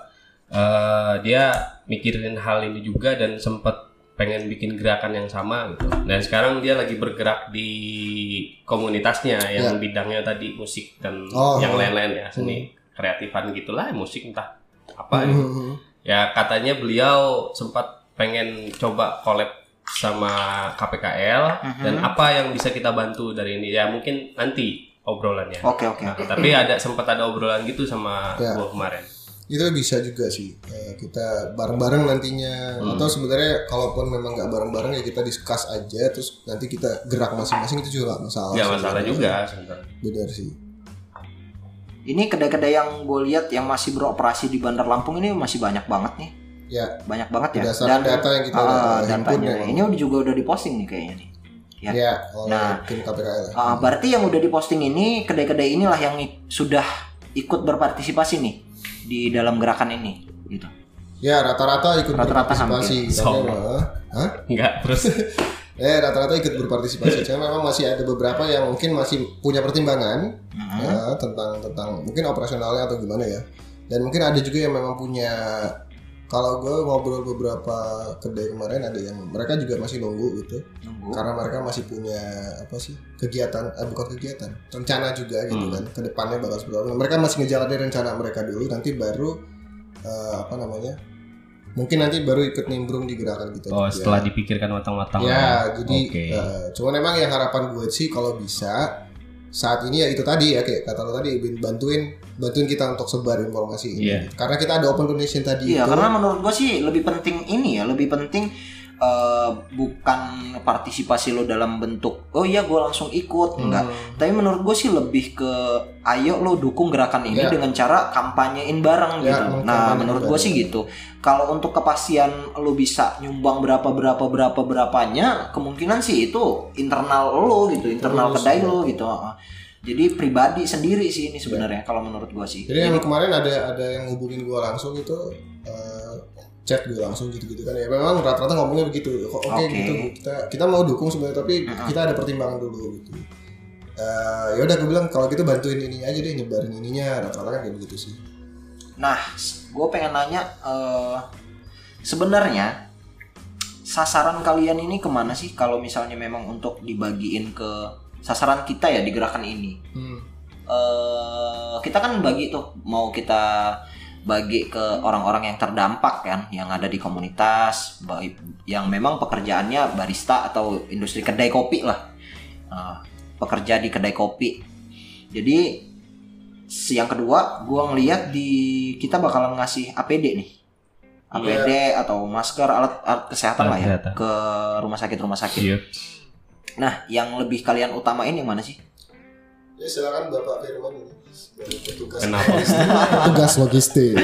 Uh, dia mikirin hal ini juga dan sempat pengen bikin gerakan yang sama gitu. Dan sekarang dia lagi bergerak di komunitasnya yang yeah. bidangnya tadi musik dan oh, yang lain-lain ya, seni hmm. kreatifan gitulah, musik entah apa gitu. Hmm. Ya katanya beliau sempat pengen coba collab sama K P K L uh-huh. dan apa yang bisa kita bantu dari ini ya mungkin nanti obrolannya. Oke oke. Nah, tapi ada sempat ada obrolan gitu sama ya. gua kemarin. Itu bisa juga sih kita bareng-bareng nantinya hmm. atau sebenarnya kalaupun memang nggak bareng-bareng ya kita discuss aja terus nanti kita gerak masing-masing itu juga nggak masalah. Nggak masalah juga sebenarnya. Benar sih. Ini kedai-kedai yang gue lihat yang masih beroperasi di Bandar Lampung ini masih banyak banget nih. Ya. Banyak banget ya. Berdasarkan Dan data yang kita uh, datanya ya. Ini udah juga udah diposting nih kayaknya nih. Ya. ya oleh nah, tim K P K L. Uh, berarti yang udah diposting ini kedai-kedai inilah yang sudah ikut berpartisipasi nih di dalam gerakan ini, gitu. Ya rata-rata ikut rata-rata berpartisipasi. Sombong. Hah? Enggak terus. Eh rata-rata ikut berpartisipasi. Cuma memang masih ada beberapa yang mungkin masih punya pertimbangan uh-huh. ya, tentang tentang mungkin operasionalnya atau gimana ya. Dan mungkin ada juga yang memang punya. Kalau gue ngobrol beberapa kedai kemarin ada yang mereka juga masih nunggu gitu. Nunggu. Karena mereka masih punya apa sih kegiatan, eh, bukan kegiatan, rencana juga gitu hmm. kan. Kedepannya bakal seperti apa. Mereka masih ngejalanin rencana mereka dulu. Nanti baru uh, apa namanya? Mungkin nanti baru ikut nimbrung di gerakan kita. Oh, juga. Setelah dipikirkan matang-matang. Ya, jadi okay. uh, cuma memang yang harapan gue sih kalau bisa saat ini ya itu tadi ya kayak kata lo tadi bantuin bantuin kita untuk sebar informasi ini. Yeah. Karena kita ada open donation tadi. Iya, itu. Karena menurut gue sih lebih penting ini ya, lebih penting uh, bukan partisipasi lo dalam bentuk oh iya gue langsung ikut, enggak. Hmm. Tapi menurut gue sih lebih ke ayo lo dukung gerakan ini yeah. dengan cara kampanyein bareng yeah, gitu. Nah, menurut gue sih gitu. Kalau untuk kepastian lo bisa nyumbang berapa berapa berapa berapanya, kemungkinan sih itu internal lo gitu, internal Terus, kedai ya. lo gitu. Jadi pribadi sendiri sih ini sebenarnya ya. Kalau menurut gue sih. Jadi yang kemarin ada ada yang hubungin gue langsung itu uh, chat gue langsung gitu-gitu kan ya. Memang rata-rata ngomongnya begitu. Oke okay, okay. gitu kita kita mau dukung sebenarnya tapi uh-huh. kita ada pertimbangan dulu gitu. Uh, ya udah gue bilang kalau gitu bantuin ininya aja deh nyebarin ininya rata-rata kan kayak begitu sih. Nah, gue pengen nanya uh, sebenarnya sasaran kalian ini kemana sih kalau misalnya memang untuk dibagiin ke sasaran kita ya di gerakan ini? Hmm. Uh, kita kan bagi tuh mau kita bagi ke orang-orang yang terdampak kan, yang ada di komunitas, yang memang pekerjaannya barista atau industri kedai kopi lah, uh, pekerja di kedai kopi. Jadi yang kedua, gue ngeliat di kita bakalan ngasih A P D nih, A P D yeah. atau masker, alat, alat kesehatan lah ya ke rumah sakit rumah sakit. Yeah. Nah, yang lebih kalian utamain yang mana sih? Ya silakan Bapak Firman ini. Tugas Kenapa? Tugas logistik.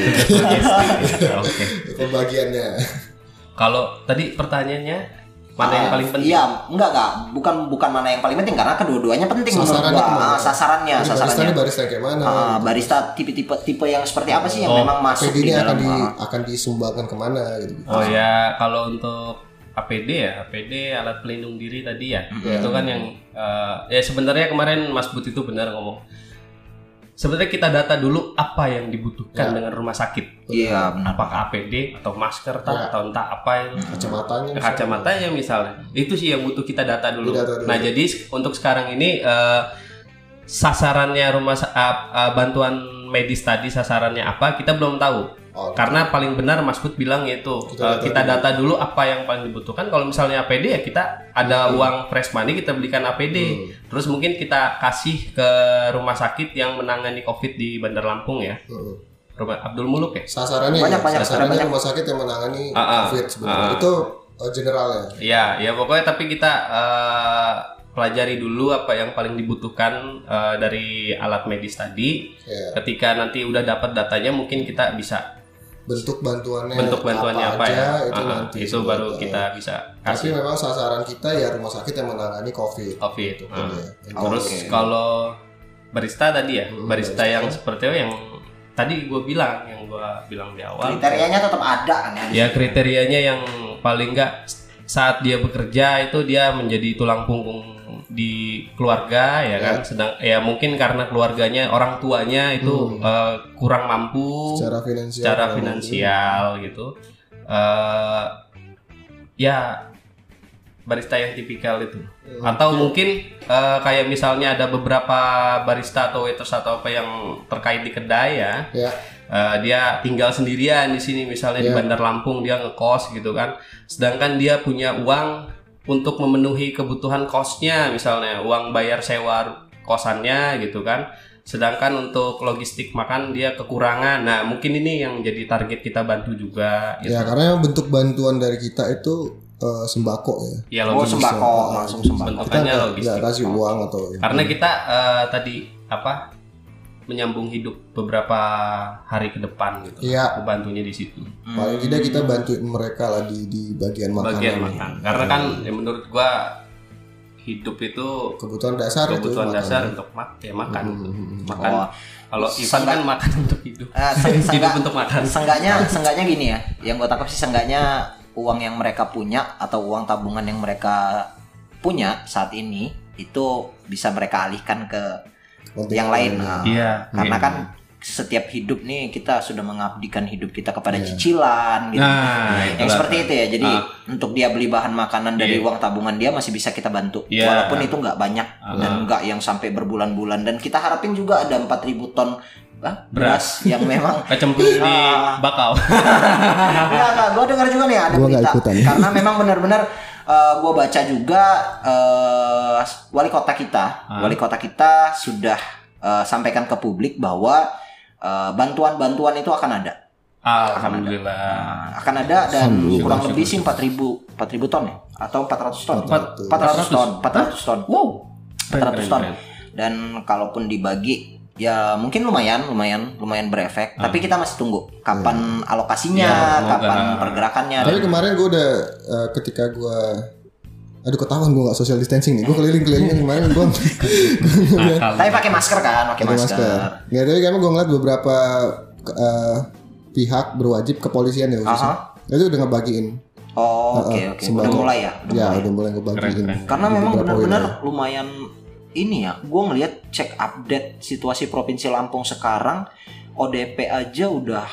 Oke. Pembagiannya. Kalau tadi pertanyaannya mana uh, yang paling penting? Iya, enggak enggak, bukan bukan mana yang paling penting karena kedua-duanya penting menurut gua. Ah, sasarannya, Jadi sasarannya. Barista kayak mana? Ah, barista tipe-tipe tipe yang seperti apa sih yang oh, memang masuk di dalam akan, di, akan disumbangkan kemana gitu. Oh ya, kalau untuk A P D ya, A P D alat pelindung diri tadi ya. Mm-hmm. Itu kan yang uh, ya sebenarnya kemarin Mas Bud itu benar ngomong. Sebenarnya kita data dulu apa yang dibutuhkan ya. dengan rumah sakit. Iya, benar. Apakah A P D atau masker ya. atau entah apa itu. Kacamatanya. Kacamatanya misalnya. Itu sih yang butuh kita data dulu. data dulu. Nah, jadi untuk sekarang ini uh, sasarannya rumah uh, uh, bantuan medis tadi sasarannya apa kita belum tahu. Oh, karena paling benar Mas Bud bilang yaitu kita, uh, data, kita data dulu apa yang paling dibutuhkan. Kalau misalnya A P D ya kita ada hmm. uang fresh money kita belikan A P D. Hmm. Terus mungkin kita kasih ke rumah sakit yang menangani COVID di Bandar Lampung ya. Hmm. Rumah Abdul Muluk ya. Sasarannya banyak, ya, banyak, sasarannya banyak. rumah sakit yang menangani uh, uh, COVID sebenarnya. Uh, itu uh, generalnya. Iya, ya pokoknya tapi kita uh, pelajari dulu apa yang paling dibutuhkan uh, dari alat medis tadi. Yeah. Ketika nanti udah dapat datanya mungkin kita bisa bentuk bantuannya bentuk bantuannya apa, apa aja, ya itu, uh, nanti itu baru kita bisa kasih. Tapi memang sasaran kita ya rumah sakit yang menangani COVID. COVID. Gitu, uh. ya. Terus okay. kalau barista tadi ya, hmm, barista, barista yang seperti itu yang tadi gue bilang, yang gue bilang di awal. Kriterianya tetap ada kan ya? Ya kriterianya yang paling enggak saat dia bekerja itu dia menjadi tulang punggung di keluarga ya, ya kan, sedang ya mungkin karena keluarganya orang tuanya itu hmm. uh, kurang mampu secara finansial, secara finansial gitu, uh, ya barista yang tipikal itu, hmm. atau mungkin uh, kayak misalnya ada beberapa barista atau waiters atau apa yang terkait di kedai ya, ya. uh, dia tinggal sendirian di sini misalnya yeah. di Bandar Lampung dia ngekos gitu kan, sedangkan dia punya uang untuk memenuhi kebutuhan kosnya misalnya uang bayar sewa kosannya gitu kan, sedangkan untuk logistik makan dia kekurangan. Nah mungkin ini yang jadi target kita bantu juga gitu. Ya karena bentuk bantuan dari kita itu uh, sembako ya. Ya oh sembako uh, langsung sembako. Bentukannya logistik. Nggak kasih uang atau. Karena kita uh, tadi apa menyambung hidup beberapa hari ke depan gitu. Iya. Bantunya di situ. Paling tidak kita bantuin mereka lah di di bagian makanan. Bagian makan. Karena kan ya menurut gua hidup itu kebutuhan dasar kebutuhan itu dasar makan. untuk mak ya makan Hmm, hmm, hmm. makan Oh, kalau Ivan kan makan untuk hidup uh, seng- hidup sengga- untuk makan senggaknya senggaknya gini ya, yang gue tangkap sih senggaknya uang yang mereka punya atau uang tabungan yang mereka punya saat ini itu bisa mereka alihkan ke Untuk yang lain. Nah, iya karena iya. kan setiap hidup nih kita sudah mengabdikan hidup kita kepada Iya. cicilan gitu. Nah, yang itulah. seperti itu ya. Jadi Ah. untuk dia beli bahan makanan dari Iya. uang tabungan dia masih bisa kita bantu. Iya. Walaupun itu nggak banyak Ah. dan nggak yang sampai berbulan-bulan, dan kita harapin juga ada empat ribu ton ah, beras Beras. yang memang kecemplung di Ah. bakau. Enggak, enggak, gue dengar juga nih ada Gua nggak berita. ikutan. Karena memang benar-benar uh, gue baca juga uh, wali kota kita, Ah. wali kota kita sudah uh, sampaikan ke publik bahwa uh, bantuan-bantuan itu akan ada. Alhamdulillah. Nah, akan ada dan Alhamdulillah. kurang lebih sih empat ribu ton ya atau empat ratus ton. Empat- empat ratus ton, empat ratus ton. Wow. empat ratus Keren, ton. keren. Dan kalaupun dibagi ya mungkin lumayan, lumayan, lumayan berefek. Ah. Tapi kita masih tunggu kapan alokasinya, Ya, semoga. kapan pergerakannya. Tapi kemarin gue udah uh, ketika gue aduh ketahuan gue nggak social distancing nih, gue keliling-kelilingnya kemarin gue Nakal. Tapi pakai masker kan, pakai pakai masker. masker. Nggak, tapi kayaknya gue ngeliat beberapa uh, pihak berwajib kepolisian ya khususnya. Itu udah ngebagiin. Oh, Uh, oke uh, oke. sembako. Udah mulai ya. Udah Ya mulai. udah mulai ngebagiin. Keren, keren. Karena Di memang beberapa benar-benar wilayah. lumayan ini ya. Gue ngelihat cek update situasi Provinsi Lampung sekarang, O D P aja udah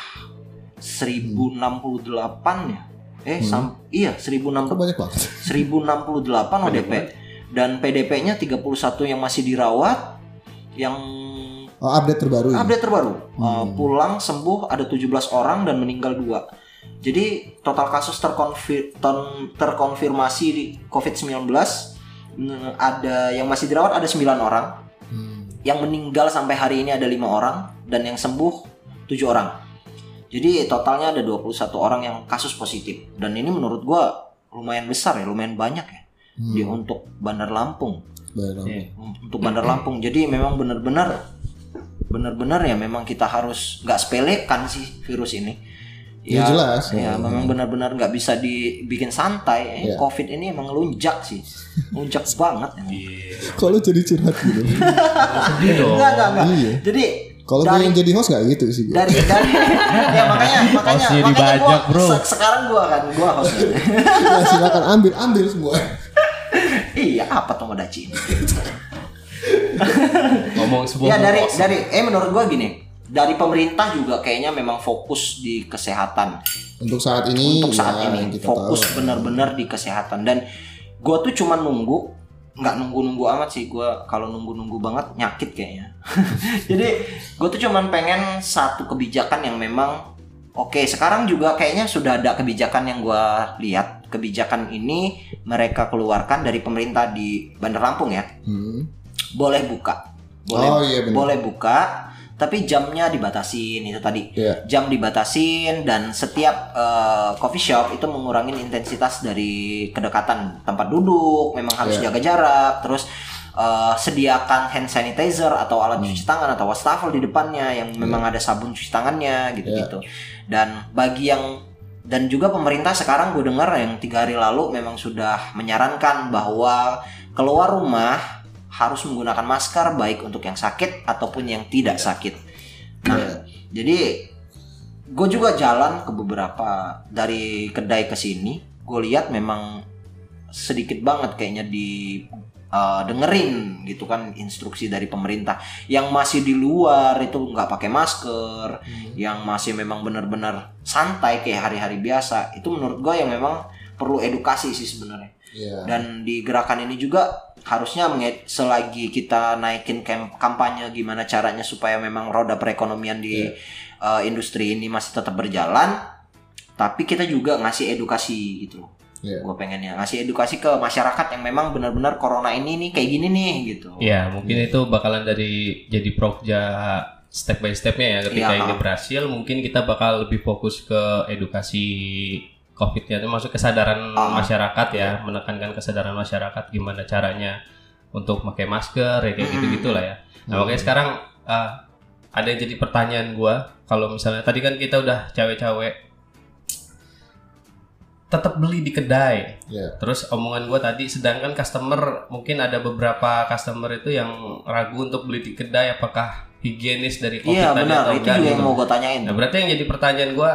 seribu enam puluh delapan ya. Eh, sam- iya seribu enam Kok banyak banget. seribu enam puluh delapan O D P. Dan P D P-nya tiga puluh satu yang masih dirawat, yang Oh, update terbaru ya. update terbaru. Hmm. Uh, pulang sembuh ada tujuh belas orang dan meninggal dua. Jadi total kasus terkonfir- ton- terkonfirmasi di covid sembilan belas mm, ada yang masih dirawat ada sembilan orang. Hmm. Yang meninggal sampai hari ini ada lima orang dan yang sembuh tujuh orang. Jadi totalnya ada dua puluh satu orang yang kasus positif. Dan ini menurut gua lumayan besar ya, lumayan banyak ya. Hmm. Di untuk Bandar Lampung. Baik, Iya. Untuk Bandar Lampung. Jadi memang benar-benar benar-benar ya memang kita harus nggak sepelekan sih virus ini. Ya, jelas. Ya, Ya. memang benar-benar nggak bisa dibikin santai. Eh, Ya. Covid ini emang lunjak sih, lunjak banget. emang. Iya. Kalau jadi curhat gitu. Sedih dong. Enggak, enggak, enggak. Iya. Jadi Kalau gue dari yang jadi host nggak gitu sih. Gua. dari dari ya makanya makanya Hostnya makanya gua dibajak, bro. se- sekarang gua kan gua hostnya. Ya, silakan ambil ambil semua. Iya, apa Tomodachi ini? Ngomong sebuah Ya dari ngomong. dari eh menurut gua gini, dari pemerintah juga kayaknya memang fokus di kesehatan. Untuk saat ini. Untuk saat ya, ini kita fokus tahu. benar-benar di kesehatan. Dan gue tuh cuma nunggu, nggak nunggu-nunggu amat sih. Gue kalau nunggu-nunggu banget nyakit kayaknya. Jadi gue tuh cuma pengen satu kebijakan yang memang oke. Sekarang juga kayaknya sudah ada kebijakan yang gue lihat. Kebijakan ini mereka keluarkan dari pemerintah di Bandar Lampung ya. Hmm. Boleh buka, boleh, Oh, iya, benar. boleh buka. Tapi jamnya dibatasin itu tadi. Iya. Jam dibatasin dan setiap uh, coffee shop itu mengurangi intensitas dari kedekatan tempat duduk, memang harus Iya. jaga jarak, terus uh, sediakan hand sanitizer atau alat cuci tangan atau wastafel di depannya yang memang ada sabun cuci tangannya gitu-gitu. Dan bagi yang dan juga pemerintah sekarang gue dengar yang tiga hari lalu memang sudah menyarankan bahwa keluar rumah harus menggunakan masker baik untuk yang sakit ataupun yang tidak sakit. Nah, jadi gue juga jalan ke beberapa dari kedai ke sini, gue lihat memang sedikit banget kayaknya di uh, dengerin gitu kan instruksi dari pemerintah. Yang masih di luar itu nggak pakai masker, yang masih memang benar-benar santai kayak hari-hari biasa. Itu menurut gue yang memang perlu edukasi sih sebenarnya. Iya. Dan di gerakan ini juga harusnya selagi kita naikin kampanye gimana caranya supaya memang roda perekonomian di yeah. uh, industri ini masih tetap berjalan, tapi kita juga ngasih edukasi gitu. Yeah. Gue pengennya ngasih edukasi ke masyarakat yang memang benar-benar corona ini nih kayak gini nih gitu. Iya, yeah, mungkin yeah. itu bakalan dari jadi Prokja step by stepnya ya. Ketika yeah. ini berhasil, mungkin kita bakal lebih fokus ke edukasi COVID-nya, itu masuk kesadaran uh, masyarakat ya, menekankan kesadaran masyarakat gimana caranya untuk pakai masker ya kayak gitu-gitu lah ya. Nah hmm. makanya sekarang uh, ada yang jadi pertanyaan gue, kalau misalnya tadi kan kita udah cawe-cawe tetap beli di kedai, yeah. terus omongan gue tadi, sedangkan customer mungkin ada beberapa customer itu yang ragu untuk beli di kedai, apakah higienis dari COVID yeah, tadi benar. atau itu enggak? Itu juga gitu. yang mau gue tanyain. Nah berarti yang jadi pertanyaan gue,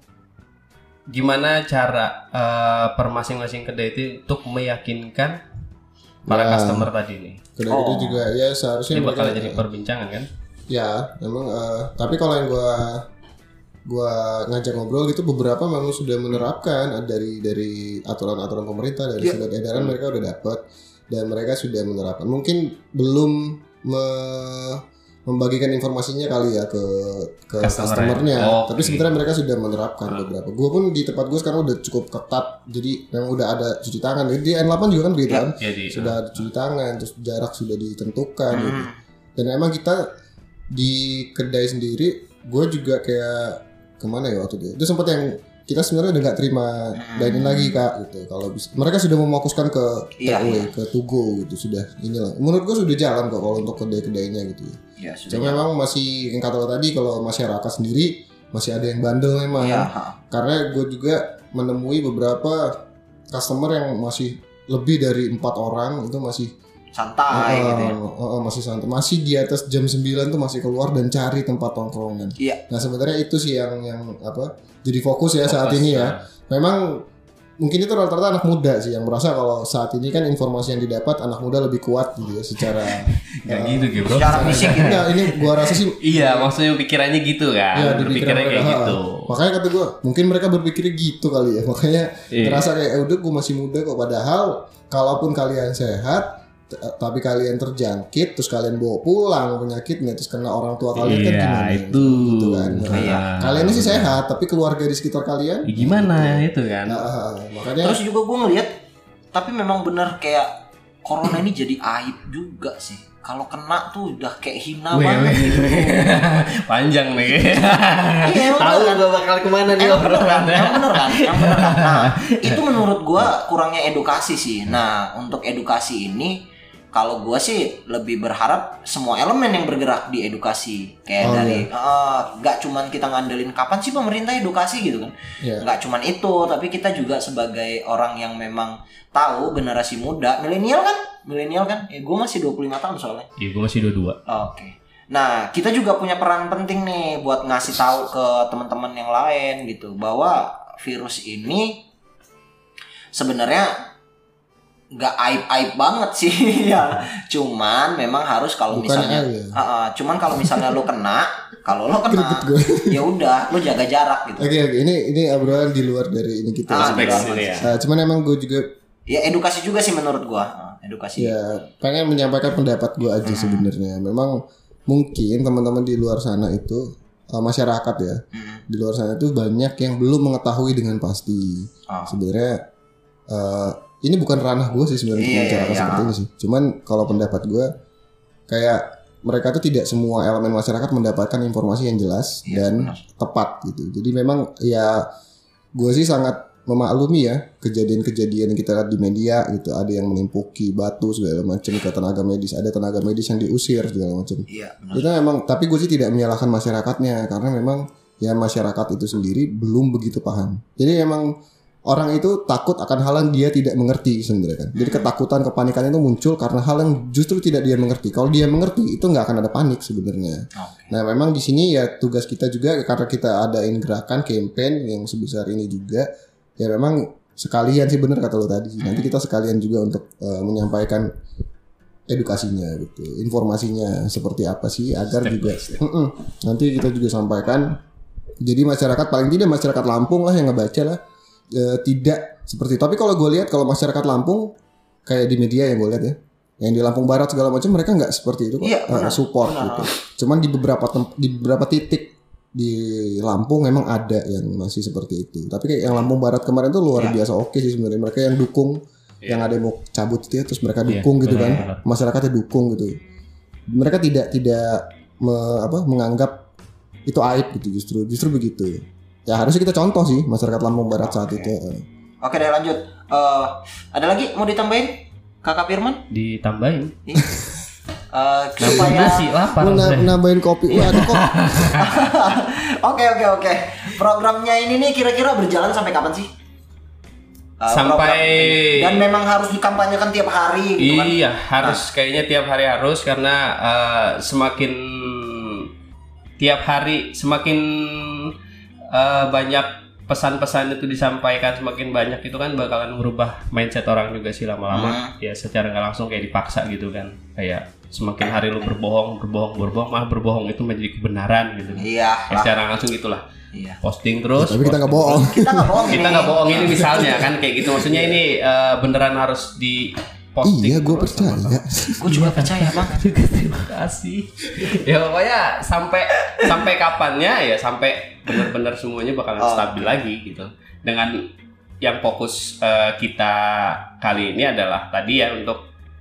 gimana cara uh, per masing-masing kedai itu untuk meyakinkan para ya, customer tadi nih? Kedai-kedai oh. juga ya seharusnya ini bakal jadi perbincangan kan? Ya, memang. Uh, tapi kalau yang gua gua ngajak ngobrol gitu, beberapa memang sudah menerapkan dari dari aturan-aturan pemerintah, dari yeah. surat edaran mereka udah dapat dan mereka sudah menerapkan. Mungkin belum me membagikan informasinya kali ya ke ke Customer customernya, oh, tapi okay. sebenarnya mereka sudah menerapkan uh. beberapa. Gue pun di tempat gue sekarang udah cukup ketat, jadi memang udah ada cuci tangan. Jadi di N delapan juga kan begitu kan, ya, jadi, sudah uh. ada cuci tangan, terus jarak sudah ditentukan. Hmm. Gitu. Dan memang kita di kedai sendiri, gue juga kayak kemana ya waktu itu? Itu sempat yang kita sebenarnya udah nggak terima dine-in lagi kak gitu. Kalau mereka sudah memfokuskan ke iya, take away, iya. ke to go gitu, sudah inilah. Menurut gue sudah jalan kok kalau untuk kedai-kedainya gitu ya. Ya, cuma memang masih yang kata lo tadi, kalau masyarakat sendiri masih ada yang bandel memang. Ya. Karena gue juga menemui beberapa customer yang masih lebih dari empat orang itu masih santai uh, gitu ya. Uh, uh, masih santai, masih di atas jam sembilan tuh masih keluar dan cari tempat tongkrongan. Iya. Nah sebenarnya itu sih yang yang apa? Jadi fokus ya fokus, saat ini ya. ya. Memang mungkin itu rata-rata anak muda sih yang merasa kalau saat ini kan informasi yang didapat anak muda lebih kuat gitu ya secara nggak uh, gitu gitu bro. Secara fisik gitu. Nah, ini gua rasa sih. Iya, maksudnya pikirannya gitu kan. Ya, berpikirnya kayak mereka, gitu. Ha, makanya kata gua, mungkin mereka berpikirnya gitu kali ya. Makanya iya. ngerasa kayak eh, udah gua masih muda kok, padahal kalaupun kalian sehat tapi kalian terjangkit terus kalian bawa pulang penyakitnya terus kena orang tua kalian iya, kan gimana itu gitu kan nah, iya. kalian sih sehat tapi keluarga di sekitar kalian ya, gimana gitu. itu kan nah, makanya terus juga gue ngeliat tapi memang bener kayak corona ini jadi aib juga sih kalau kena tuh udah kayak hina weh, banget weh. Gitu panjang nih iya tahu gue bakal kemana nih yang bener kan yang bener kan yang bener kan nah itu menurut gue kurangnya edukasi sih. Nah untuk edukasi ini kalau gue sih lebih berharap semua elemen yang bergerak di edukasi kayak oh, dari iya. uh, gak cuman kita ngandelin kapan sih pemerintah edukasi gitu kan yeah. Gak cuman itu tapi kita juga sebagai orang yang memang tahu generasi muda milenial kan milenial kan eh, gue masih dua puluh lima tahun soalnya iya gue masih dua puluh dua oke okay. Nah kita juga punya peran penting nih buat ngasih tahu ke teman-teman yang lain gitu bahwa virus ini sebenarnya nggak aib-aib banget sih ya. Cuman memang harus kalau misalnya uh, uh, cuman kalau misalnya lo kena, kalau lo kena ya udah lo jaga jarak gitu. Oke okay, oke okay. ini ini obrolan di luar dari ini kita. Ah, ya. Nah, cuman emang gue juga ya edukasi juga sih menurut gue. Uh, edukasi. Ya, pengen menyampaikan pendapat gue aja hmm. sebenarnya. Memang mungkin teman-teman di luar sana itu uh, masyarakat ya. Hmm. Di luar sana itu banyak yang belum mengetahui dengan pasti. Oh. Sebenarnya uh, ini bukan ranah gue sih sebenarnya yeah, bicara yeah. seperti ini sih. Cuman kalau pendapat gue kayak mereka tuh tidak semua elemen masyarakat mendapatkan informasi yang jelas yeah, dan benar. Tepat gitu. Jadi memang ya gue sih sangat memaklumi ya kejadian-kejadian yang kita lihat di media gitu. Ada yang menimpuki batu segala macam ke tenaga medis, ada tenaga medis yang diusir segala macam. Iya. Yeah, itu memang. Tapi gue sih tidak menyalahkan masyarakatnya karena memang ya masyarakat itu sendiri belum begitu paham. Jadi memang orang itu takut akan hal yang dia tidak mengerti sebenarnya kan. Jadi ketakutan, kepanikan itu muncul karena hal yang justru tidak dia mengerti. Kalau dia mengerti itu nggak akan ada panik sebenarnya. Okay. Nah memang di sini ya tugas kita juga karena kita adain gerakan campaign yang sebesar ini juga. Ya memang sekalian sih benar kata lo tadi. Nanti kita sekalian juga untuk uh, menyampaikan edukasinya gitu, informasinya seperti apa sih agar step juga uh-uh, nanti kita juga sampaikan. Jadi masyarakat paling tidak masyarakat Lampung lah yang ngebaca lah. E, tidak seperti itu. Tapi kalau gue lihat kalau masyarakat Lampung kayak di media yang gue lihat ya Yang di Lampung Barat segala macam mereka nggak seperti itu kok. Iya, uh, support benar. gitu. Cuman di beberapa tem- di beberapa titik di Lampung memang ada yang masih seperti itu. Tapi kayak yang Lampung Barat kemarin tuh luar Ya. biasa oke sih sebenarnya. Mereka yang dukung, Ya. yang ada yang mau cabut itu ya, terus mereka Ya, dukung gitu benar, kan. benar. Masyarakatnya dukung gitu. Mereka tidak tidak me- apa menganggap itu aib gitu justru justru begitu. Ya harusnya kita contoh sih masyarakat Lampung Barat saat Oke. itu. Oke deh lanjut. Eh, ada lagi mau ditambahin Kakak Firman? Ditambahin. Eh, Nambahin supaya nasi lapar. Lu na- saya. nambahin kopi. Wah, ada kok. Oke oke oke. Programnya ini nih kira-kira berjalan sampai kapan sih? Eh, Sampai- program ini. Dan memang harus dikampanyekan tiap hari gitu kan? Iya, harus kayaknya tiap hari harus karena uh, semakin tiap hari semakin uh, banyak pesan-pesan itu disampaikan, semakin banyak itu kan bakalan merubah mindset orang juga sih lama-lama. Hmm. Ya secara nggak langsung kayak dipaksa gitu kan. Kayak semakin hari lu berbohong, berbohong, berbohong, malah berbohong itu menjadi kebenaran gitu. Iya Ya, lah. secara langsung gitulah. Iya. Posting terus. Tapi kita posting nggak bohong. Kita nggak bohong kita ini. nggak bohong ini misalnya kan kayak gitu maksudnya ini eh, beneran harus di posting Iya, gue terus percaya. sama-sama. Gue juga percaya bang. Terima kasih ya pokoknya sampai sampai kapannya ya sampai bener-bener semuanya bakalan Oh. stabil lagi gitu dengan yang fokus eh, kita kali ini adalah tadi ya untuk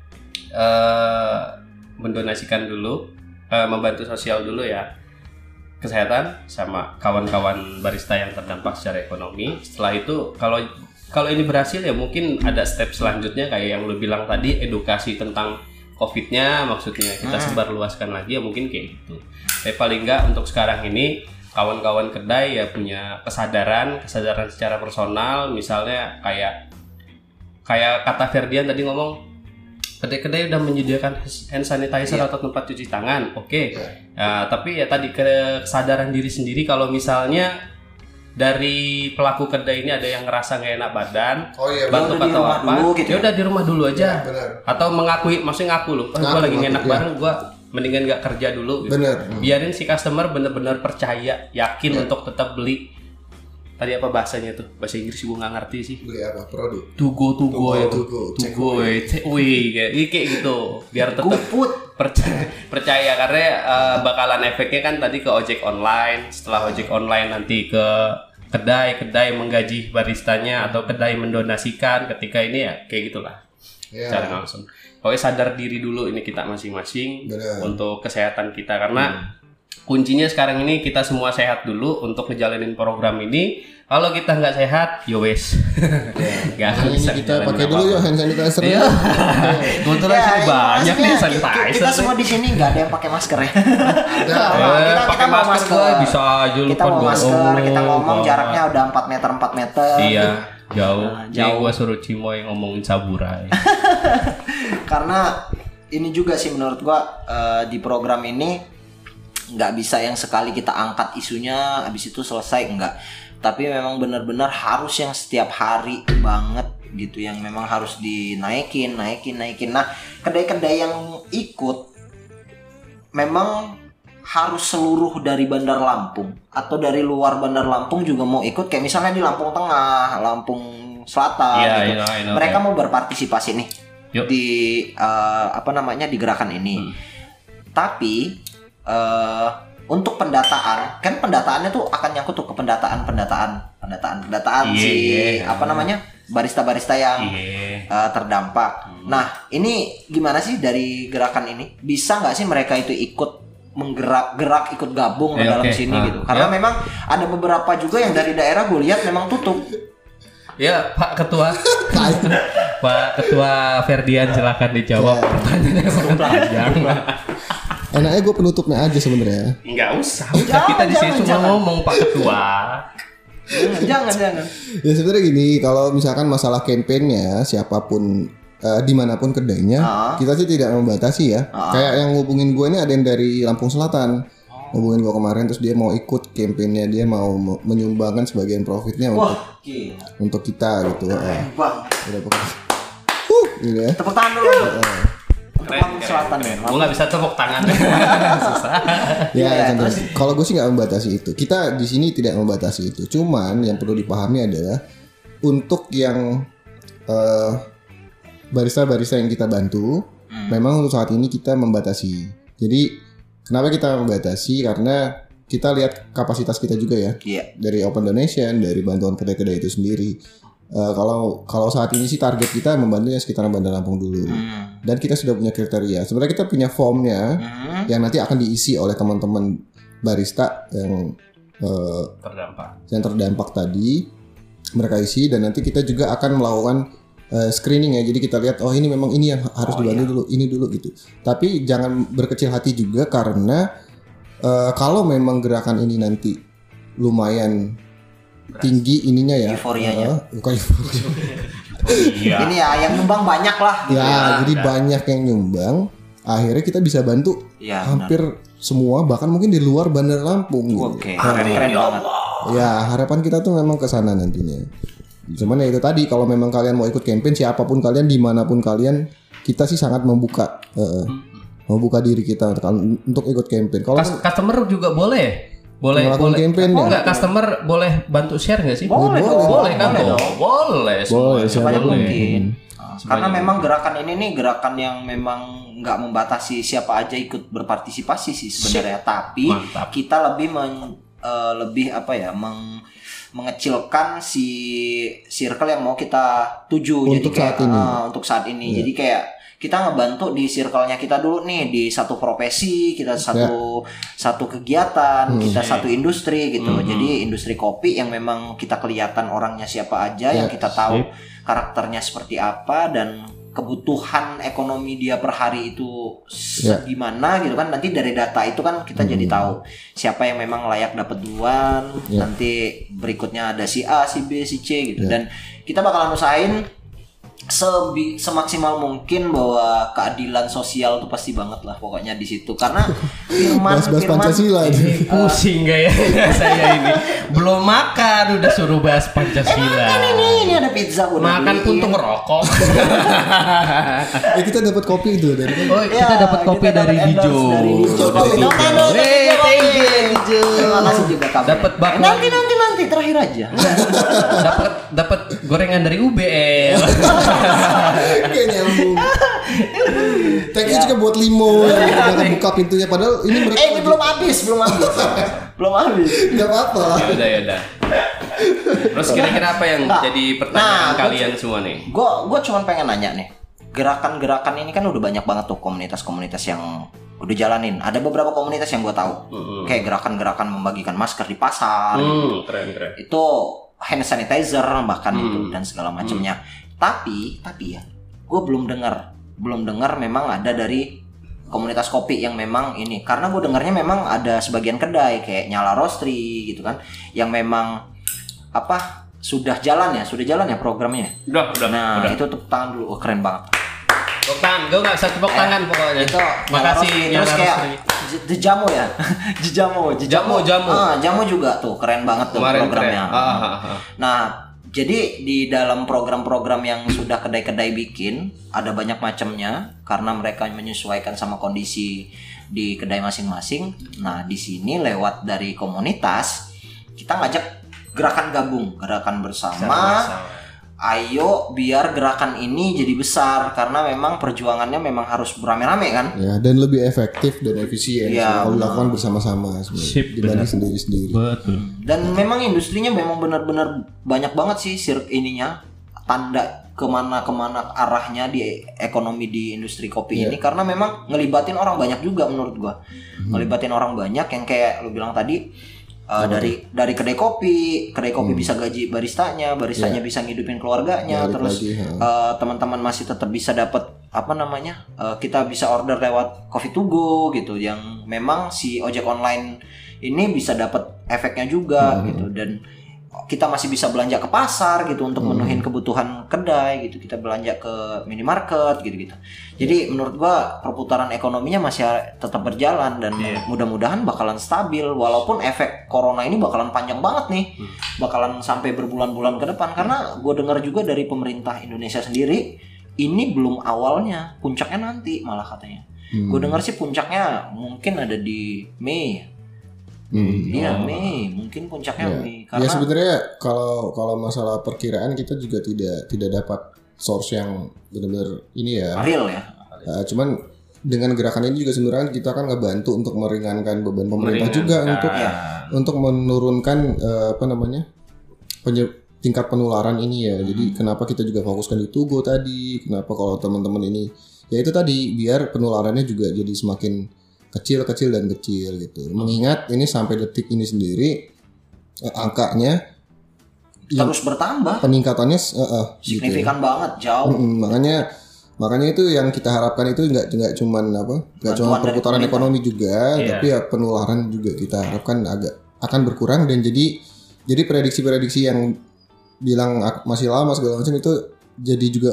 eh, mendonasikan dulu eh, membantu sosial dulu ya kesehatan sama kawan-kawan barista yang terdampak secara ekonomi. Setelah itu kalau kalau ini berhasil ya mungkin ada step selanjutnya kayak yang lu bilang tadi edukasi tentang COVID-nya maksudnya kita Hmm. sebar luaskan lagi ya mungkin kayak gitu. Tapi paling enggak untuk sekarang ini kawan-kawan kedai ya punya kesadaran kesadaran secara personal misalnya kayak kayak kata Ferdian tadi ngomong kedai-kedai udah menyediakan hand sanitizer Iya. atau tempat cuci tangan, oke. Iya. Nah, tapi ya tadi kesadaran diri sendiri kalau misalnya dari pelaku kedai ini ada yang ngerasa nggak enak badan, Oh iya, batuk udah di atau rumah apa, dulu gitu ya udah di rumah dulu aja. benar. Atau mengakui, maksudnya ngaku loh, oh, gue Ngaku, lagi nggak enak ngaku, iya. badan, gue mendingan nggak kerja dulu. Gitu. Benar. Biarin si customer bener-bener percaya, yakin Iya. untuk tetap beli. Tadi apa bahasanya tuh? Bahasa Inggris gue nggak ngerti sih. Beli apa? Produk. Tugo tugo Tugo, ya tugo, check tugo away. take away kayak ini kayak gitu biar tetap Guput. percaya, percaya karena eh, bakalan efeknya kan tadi ke ojek online, setelah ojek online nanti ke kedai kedai menggaji baristanya atau kedai mendonasikan ketika ini ya kayak gitulah Ya. secara langsung. Pokoknya sadar diri dulu ini kita masing-masing Benar. untuk kesehatan kita karena kuncinya sekarang ini kita semua sehat dulu untuk ngejalanin program ini. Kalau kita nggak sehat, yo wes, nggak akan Ini bisa kita ngejalanin pakai dulu apa-apa. ya hand sanitizer. Iya. Kebetulan Ya, sini ini banyak nih maksudnya sanitizer. Kita semua di sini nggak ada yang pakai masker ya. Ada. Eh, pakai mau masker gua bisa aja lu Kita kan mau gua masker, ngomong, kita ngomong gua- jaraknya udah empat meter empat meter. Iya, jauh. Nah, Jadi jauh. gua suruh Cimoy ngomongin saburai. Karena ini juga sih menurut gua eh, di program ini nggak bisa yang sekali kita angkat isunya habis itu selesai, enggak. Tapi memang benar-benar harus yang setiap hari banget gitu, yang memang harus dinaikin, naikin, naikin. Nah, kedai-kedai yang ikut memang harus seluruh dari Bandar Lampung atau dari luar Bandar Lampung juga mau ikut, kayak misalnya di Lampung Tengah, Lampung Selatan Iya, gitu. I know, I know, Mereka ya. mau berpartisipasi nih Yuk. di eh, apa namanya di gerakan ini. Hmm. Tapi eh, untuk pendataan, kan pendataannya tuh akan nyangkut tuh ke pendataan, pendataan, pendataan, pendataan Iya, si iya. apa namanya barista-barista yang Iya. eh, terdampak. Nah, ini gimana sih dari gerakan ini? Bisa nggak sih mereka itu ikut menggerak-gerak, ikut gabung ke Iya, dalam oke. sini Ah, gitu? Karena ya. memang ada beberapa juga yang dari daerah gue lihat memang tutup. Ya, Pak Ketua. Pak Ketua Ferdian silakan dijawab Ya. pertanyaannya sangat panjang. Enaknya gue penutupnya aja sebenarnya. Enggak usah, udah Jangan, kita di sini jangan, cuma jangan. ngomong Pak Ketua. Jangan, jangan, jangan. Ya sebenarnya gini, kalau misalkan masalah campaignnya siapapun eh, dimanapun kedainya, Ah. kita sih tidak membatasi ya. Ah. Kayak yang ngubungin gue ini ada yang dari Lampung Selatan. Ngubungin gue kemarin terus dia mau ikut campaignnya, dia mau me- menyumbangkan sebagian profitnya untuk Wah, gila. untuk kita gitu. Eh, Bang, udah pokoknya. Huh, gitu ya. tepuk tangan dulu. Untuk Lampung Selatan ya. Gue nggak bisa tepuk tangan. Susah. Ya, Iya, contoh. terus? Kalau gue sih nggak membatasi itu. Kita di sini tidak membatasi itu. Cuman yang perlu dipahami adalah untuk yang eh, barista-barista yang kita bantu, Hmm. Hmm. Memang untuk saat ini kita membatasi. Jadi kenapa kita membatasi? Karena kita lihat kapasitas kita juga ya. Yeah. Dari open donation, dari bantuan kedai-kedai itu sendiri. Uh, kalau kalau saat ini sih target kita membantu yang sekitar Bandar Lampung dulu. Hmm. Dan kita sudah punya kriteria. Sebenarnya kita punya formnya hmm. yang nanti akan diisi oleh teman-teman barista yang uh, terdampak. Yang terdampak tadi mereka isi, dan nanti kita juga akan melakukan uh, screening ya. Jadi kita lihat oh ini memang ini yang harus oh, dibantu iya. dulu, ini dulu gitu. Tapi jangan berkecil hati juga karena uh, kalau memang gerakan ini nanti lumayan Beras. tinggi ininya ya. Euforianya. Uh, bukan euforia. Iya. Ini ya yang nyumbang banyak lah. Gitu ya, ya, jadi ya. banyak yang nyumbang. Akhirnya kita bisa bantu ya, hampir benar. semua, bahkan mungkin di luar Bandar Lampung. Oke, gitu. keren, keren banget. Ya harapan kita tuh memang ke sana nantinya. Cuman ya itu tadi, kalau memang kalian mau ikut campaign, siapapun kalian, dimanapun kalian, kita sih sangat membuka, uh, membuka diri kita untuk, untuk ikut campaign. Kalau customer juga boleh. Boleh, boleh. Campaign oh ya? Enggak, customer boleh bantu share nggak sih? Boleh, boleh, boleh kan? Boleh, dong. boleh, boleh, sebanyak mungkin. Nah, karena memang gerakan ini nih gerakan yang memang nggak membatasi siapa aja ikut berpartisipasi sih sebenarnya, tapi Mantap. kita lebih men, uh, lebih apa ya, meng, mengecilkan si circle yang mau kita tuju. Untuk Jadi kayak, saat ini. Uh, untuk saat ini. Yeah. Jadi kayak kita ngebantu di circle-nya kita dulu nih, di satu profesi, kita satu yeah. satu kegiatan, hmm. kita satu industri gitu. Hmm. Jadi industri kopi yang memang kita kelihatan orangnya siapa aja, yeah. yang kita tahu Sip. karakternya seperti apa dan kebutuhan ekonomi dia per hari itu segimana yeah. gitu kan. Nanti dari data itu kan kita hmm. jadi tahu siapa yang memang layak dapat duluan, yeah. nanti berikutnya ada si A, si B, si C gitu. Yeah. Dan kita bakalan usahain Sebi, semaksimal mungkin bahwa keadilan sosial itu pasti banget lah pokoknya di situ, karena firman bahas, bahas firman Pancasila ini pusing gak ya saya ini belum makan udah suruh bahas Pancasila. Makan ini ini ada pizza pun makan pun tuh ngerokok. eh kita dapat kopi itu dari oh kita ya, dapat kopi kita dari Dijo. Dari Dijo. Terima kasih juga kabar. Dapat bakwan. Nanti nanti nanti terakhir aja. Dapat dapat gorengan dari U B L. Kayak nyambung. Thank you ya. juga buat Limo yang udah buka pintunya, padahal ini mereka Eh ini belum habis, belum habis. belum habis. Enggak apa-apa. Ya udah ya udah. Terus kira-kira apa yang nah, jadi pertanyaan nah, kalian gua, semua nih? Gue gue cuma pengen nanya nih. Gerakan-gerakan ini kan udah banyak banget tuh komunitas-komunitas yang udah jalanin. Ada beberapa komunitas yang gue tahu. Mm-hmm. Kayak gerakan-gerakan membagikan masker di pasar mm, gitu. Keren, keren. Itu hand sanitizer bahkan mm. itu dan segala macamnya. Mm. Tapi, tapi ya, gue belum dengar, belum dengar memang ada dari komunitas kopi yang memang ini. Karena gue dengarnya memang ada sebagian kedai kayak Nyala Roastery gitu kan, yang memang apa sudah jalan ya, sudah jalan ya programnya. Udah, udah. Nah udah. itu tepuk tangan dulu, oh, keren banget. Tepuk tangan, gue nggak bisa tepuk tangan eh, pokoknya. Itu makasih. Terus kayak Jejamu ya, Jejamu, Jejamu, Jamu. Ah, Jamu juga tuh keren banget tuh Kemarin programnya. Ah, ah, ah. Nah. Jadi di dalam program-program yang sudah kedai-kedai bikin ada banyak macamnya karena mereka menyesuaikan sama kondisi di kedai masing-masing. Nah di sini lewat dari komunitas kita ngajak gerakan gabung, gerakan bersama. Ayo biar gerakan ini jadi besar karena memang perjuangannya memang harus beramai-ramai kan. Ya dan lebih efektif dan efisien ya, kalau dilakukan bersama-sama dibanding sendiri-sendiri. Betul. Dan memang industrinya memang benar-benar banyak banget sih sir ininya tanda kemana-kemana arahnya di ekonomi di industri kopi yeah. ini karena memang ngelibatin orang banyak juga menurut gua. Hmm. Ngelibatin orang banyak yang kayak lu bilang tadi. Uh, dari dari kedai kopi, kedai kopi hmm. bisa gaji baristanya, baristanya yeah. bisa ngidupin keluarganya, Balik terus lagi, uh, teman-teman masih tetap bisa dapat apa namanya, uh, kita bisa order lewat Coffee to Go gitu, yang memang si ojek online ini bisa dapat efeknya juga hmm. gitu, dan kita masih bisa belanja ke pasar gitu untuk hmm. menuhin kebutuhan kedai gitu, kita belanja ke minimarket gitu-gitu. Jadi menurut gua perputaran ekonominya masih tetap berjalan dan yeah. mudah-mudahan bakalan stabil walaupun efek corona ini bakalan panjang banget nih. Hmm. Bakalan sampai berbulan-bulan ke depan karena gua dengar juga dari pemerintah Indonesia sendiri ini belum awalnya, puncaknya nanti malah katanya. Hmm. Gua dengar sih puncaknya mungkin ada di Mei. Iya hmm. Mei, mungkin puncaknya ya. Mei. Karena ya sebenarnya kalau kalau masalah perkiraan kita juga tidak tidak dapat source yang benar-benar ini ya. Real ya. Uh, cuman dengan gerakan ini juga sebenarnya kita kan ngebantu untuk meringankan beban pemerintah juga untuk ya, untuk menurunkan uh, apa namanya penye- tingkat penularan ini ya. Hmm. Jadi kenapa kita juga fokuskan di Tugu tadi? Kenapa kalau teman-teman ini ya itu tadi biar penularannya juga jadi semakin kecil-kecil dan kecil gitu. Mengingat ini sampai detik ini sendiri uh, angkanya terus bertambah. Peningkatannya uh, uh, signifikan gitu ya. banget, jauh. Hmm, makanya Makanya itu yang kita harapkan itu nggak nggak cuman apa nggak cuma perputaran ekonomi juga, yeah. tapi ya penularan juga kita harapkan agak akan berkurang dan jadi jadi prediksi-prediksi yang bilang masih lama segala macam itu jadi juga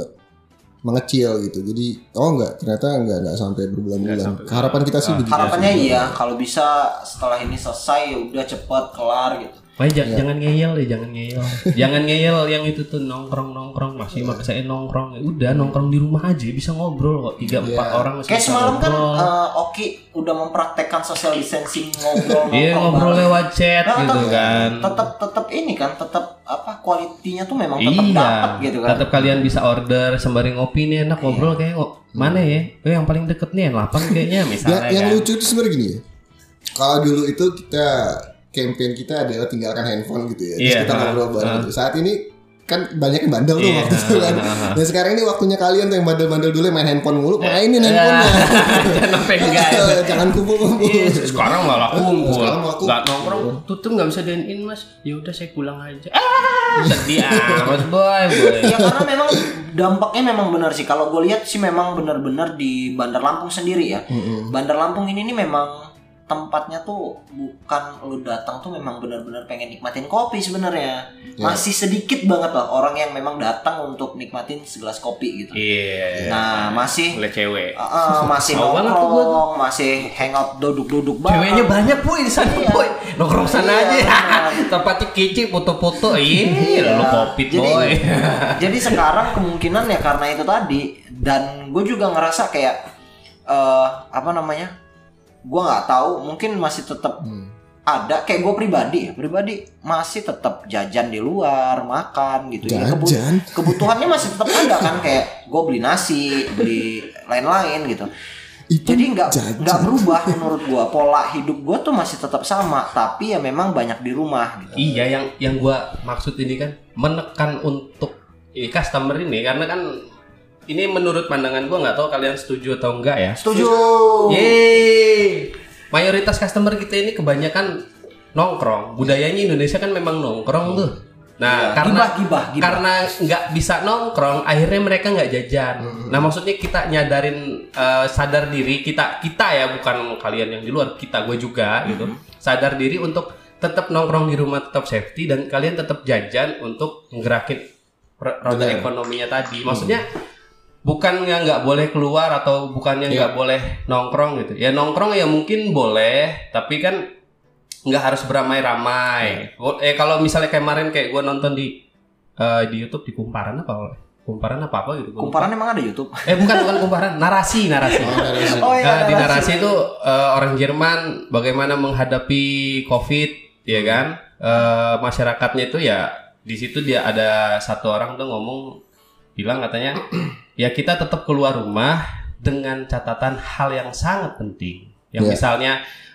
mengecil gitu. Jadi oh nggak ternyata nggak nggak sampai berbulan-bulan. Harapan kita sih begitu. Harapannya iya kalau bisa setelah ini selesai ya udah cepet kelar gitu. Makanya j- ya. jangan ngeyel deh, jangan ngeyel. Jangan ngeyel yang itu tuh nongkrong-nongkrong masih maksain nongkrong. Ya udah nongkrong di rumah aja bisa ngobrol kok tiga empat yeah. orang masih. Kayak semalam kan uh, Oki udah mempraktekkan social distancing ngobrol. Iya ngobrol lewat chat nah, gitu tetep, kan. Tetap tetap ini kan tetap apa kualitinya tuh memang tetap iya, dapat gitu kan. Tetap kalian bisa order sembari ngopi nih enak yeah. ngobrol kayak ngo- mana ya? Oh yang paling deket nih delapan kayaknya misalnya. Ya, yang kan. lucu itu sebenarnya gini ya. Kalau dulu itu kita campaign kita adalah tinggalkan handphone gitu ya. Terus yeah, kita ngobrol bareng uh, gitu. Saat ini kan banyak yang bandel tuh yeah, waktu itu kan. Uh, Dan sekarang ini waktunya kalian tuh yang bandel-bandel dulu main handphone mulu, mainin uh, handphonenya. Jangan pegang. Jangan kumpul-kumpul. Sekarang malah kumpul. Enggak nongkrong, tutup enggak bisa dine-in Mas. Ya udah saya pulang aja. Ah, sedih amat boy, boy. Ya karena memang dampaknya memang benar sih. Kalau gue lihat sih memang benar-benar di Bandar Lampung sendiri ya. Mm-hmm. Bandar Lampung ini nih memang tempatnya tuh bukan lu datang tuh memang benar-benar pengen nikmatin kopi sebenarnya. Yeah. Masih sedikit banget lah orang yang memang datang untuk nikmatin segelas kopi gitu. Iya. Yeah. Nah, masih oleh cewek. Uh, uh, masih nongkrong, masih hangout duduk-duduk banget. Ceweknya banyak boy di sana boy. Nongkrong sana aja. Tempatnya kece foto-foto. Iya, lu kopi boy. Jadi sekarang kemungkinan ya karena itu tadi dan gue juga ngerasa kayak uh, apa namanya? Gue nggak tahu mungkin masih tetap hmm. ada kayak gue pribadi ya pribadi masih tetap jajan di luar makan gitu ya Kebut- kebutuhannya masih tetap ada kan kayak gue beli nasi beli lain-lain gitu itu jadi nggak nggak berubah menurut gue pola hidup gue tuh masih tetap sama tapi ya memang banyak di rumah gitu. Iya yang yang gue maksud ini kan menekan untuk ini customer ini karena kan ini menurut pandangan gue nggak tahu kalian setuju atau enggak ya. Setuju. Yeay. Mayoritas customer kita ini kebanyakan nongkrong. Budayanya Indonesia kan memang nongkrong tuh. Nah, ya, karena gibah, gibah, gibah. karena nggak bisa nongkrong, akhirnya mereka nggak jajan. Hmm. Nah, maksudnya kita nyadarin uh, sadar diri kita kita ya bukan kalian yang di luar, kita gue juga hmm. gitu. Sadar diri untuk tetap nongkrong di rumah, tetap safety dan kalian tetap jajan untuk nggerakin roda Bener. ekonominya tadi. Maksudnya hmm. bukan yang nggak boleh keluar atau bukan yang nggak yeah. boleh nongkrong gitu ya nongkrong ya mungkin boleh tapi kan nggak harus beramai-ramai yeah. eh kalau misalnya kemarin kayak gue nonton di uh, di YouTube di Kumparan apa Kumparan apa apa gitu Kumparan emang ada YouTube eh bukan bukan Kumparan narasi narasi oh, narasi. Oh, iya, nah, narasi. Di narasi itu uh, orang Jerman bagaimana menghadapi COVID ya kan uh, masyarakatnya itu ya di situ dia ada satu orang tuh ngomong bilang katanya ya kita tetap keluar rumah dengan catatan hal yang sangat penting yang yeah. misalnya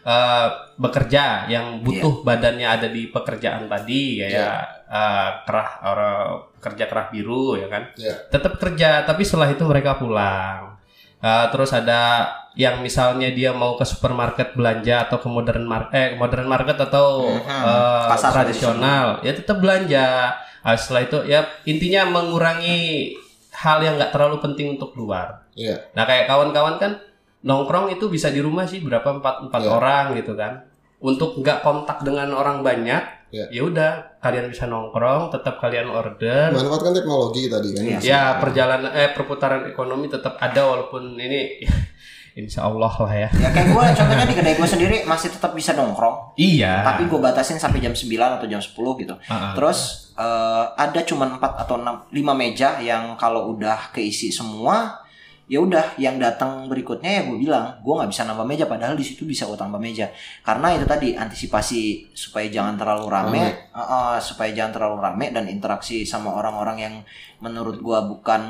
uh, bekerja yang butuh yeah. badannya ada di pekerjaan tadi kayak yeah. uh, kerah orang kerja kerah biru ya kan yeah. tetap kerja tapi setelah itu mereka pulang uh, terus ada yang misalnya dia mau ke supermarket belanja atau ke modern market eh modern market atau mm-hmm. uh, tradisional ya tetap belanja. Nah, setelah itu ya intinya mengurangi hal yang nggak terlalu penting untuk keluar. Yeah. Nah kayak kawan-kawan kan nongkrong itu bisa di rumah sih berapa empat empat yeah. orang gitu kan. Untuk nggak kontak dengan orang banyak, yeah. ya udah kalian bisa nongkrong, tetap kalian order. Manfaatkan teknologi tadi kan. Ya, ya perjalanan eh perputaran ekonomi tetap ada walaupun ini. Insya Allah lah ya. Ya kayak gue contohnya di kedai gue sendiri masih tetap bisa nongkrong. Iya. Tapi gue batasin sampai jam sembilan atau jam sepuluh gitu. Uh-huh. Terus uh, ada cuma empat atau enam lima meja yang kalau udah keisi semua, ya udah yang datang berikutnya ya gue bilang gue nggak bisa nambah meja padahal di situ bisa gue tambah meja. Karena itu tadi antisipasi supaya jangan terlalu rame, uh-huh. uh, uh, supaya jangan terlalu rame dan interaksi sama orang-orang yang menurut gue bukan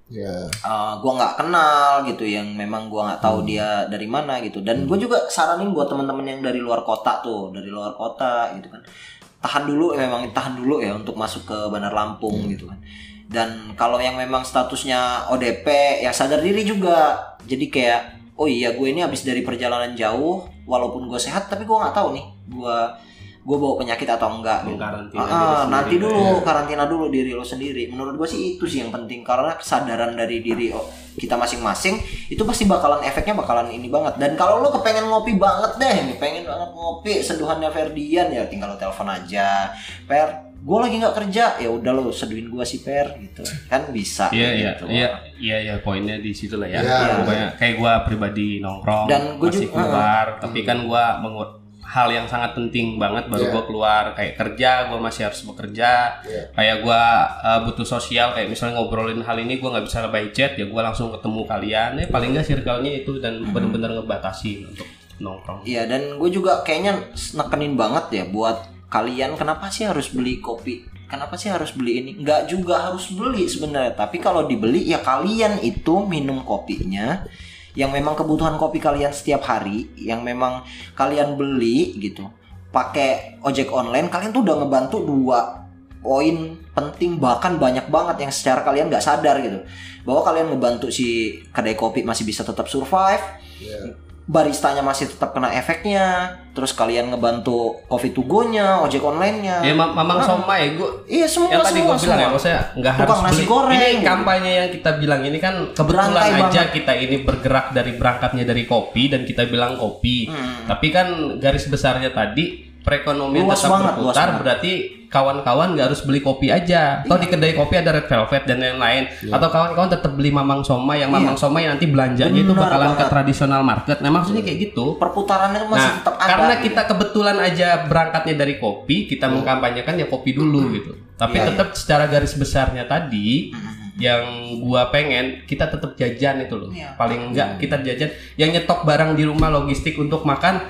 Ya. Uh, gue nggak kenal gitu, yang memang gue nggak tahu hmm. dia dari mana gitu. Dan gue juga saranin buat teman-teman yang dari luar kota tuh, dari luar kota gitu kan, tahan dulu, memang tahan dulu ya untuk masuk ke Bandar Lampung hmm. gitu kan. Dan kalau yang memang statusnya O D P ya sadar diri juga. Jadi kayak oh iya gue ini habis dari perjalanan jauh, walaupun gue sehat tapi gue nggak tahu nih gue gue bawa penyakit atau enggak gitu. Ah, nanti dulu ya. Karantina dulu diri lo sendiri. Menurut gue sih itu sih yang penting, karena kesadaran dari diri oh, kita masing-masing itu pasti bakalan efeknya bakalan ini banget. Dan kalau lo kepengen ngopi banget deh, nih pengen banget ngopi seduhannya Ferdian ya tinggal lo telepon aja. Per, gue lagi nggak kerja, ya udah lo seduhin gue sih Per gitu. Kan bisa. Iya gitu. iya iya iya poinnya di situ lah ya. Ya. Pokoknya kayak gue pribadi nongkrong dan gue masih juga, keluar, uh, tapi kan gue mengur hal yang sangat penting banget baru yeah. gue keluar. Kayak kerja gue masih harus bekerja, yeah. kayak gue uh, butuh sosial, kayak misalnya ngobrolin hal ini gue nggak bisa by chat ya gue langsung ketemu kalian ya paling nggak circle-nya itu, dan mm-hmm. benar-benar ngebatasi untuk nongkrong. Iya, dan gue juga kayaknya nekenin banget ya buat kalian, kenapa sih harus beli kopi, kenapa sih harus beli ini, nggak juga harus beli sebenarnya, tapi kalau dibeli ya kalian itu minum kopinya yang memang kebutuhan kopi kalian setiap hari, yang memang kalian beli gitu, pakai ojek online, kalian tuh udah ngebantu dua poin penting, bahkan banyak banget yang secara kalian nggak sadar gitu, bahwa kalian ngebantu si kedai kopi masih bisa tetap survive, yeah. baristanya masih tetap kena efeknya, terus kalian ngebantu coffee to go-nya, ojek online-nya. Ya Mamang nah, Somai, gue. Iya semua. Yang tadi gue bilang ya, maksudnya nggak harus beli. Goreng, ini gitu. Kampanye yang kita bilang ini kan kebetulan Berantai aja banget. Kita ini bergerak dari berangkatnya dari kopi dan kita bilang kopi. Hmm. Tapi kan garis besarnya tadi perekonomian luas tetap banget, berputar, berarti kawan-kawan nggak harus beli kopi aja. Atau iya. di kedai kopi ada Red Velvet dan lain-lain. Iya. Atau kawan-kawan tetap beli Mamang Somai, yang Mamang iya. Somai nanti belanjanya Benar itu bakalan banget. Ke tradisional market. Nah maksudnya kayak gitu. Perputarannya masih nah, tetap ada. Karena kita kebetulan aja berangkatnya dari kopi, kita hmm. mengkampanyekan ya kopi dulu hmm. gitu. Tapi iya, tetap iya. secara garis besarnya tadi, hmm. yang gua pengen kita tetap jajan itu loh. Iya. Paling enggak hmm. kita jajan. Yang nyetok barang di rumah, logistik untuk makan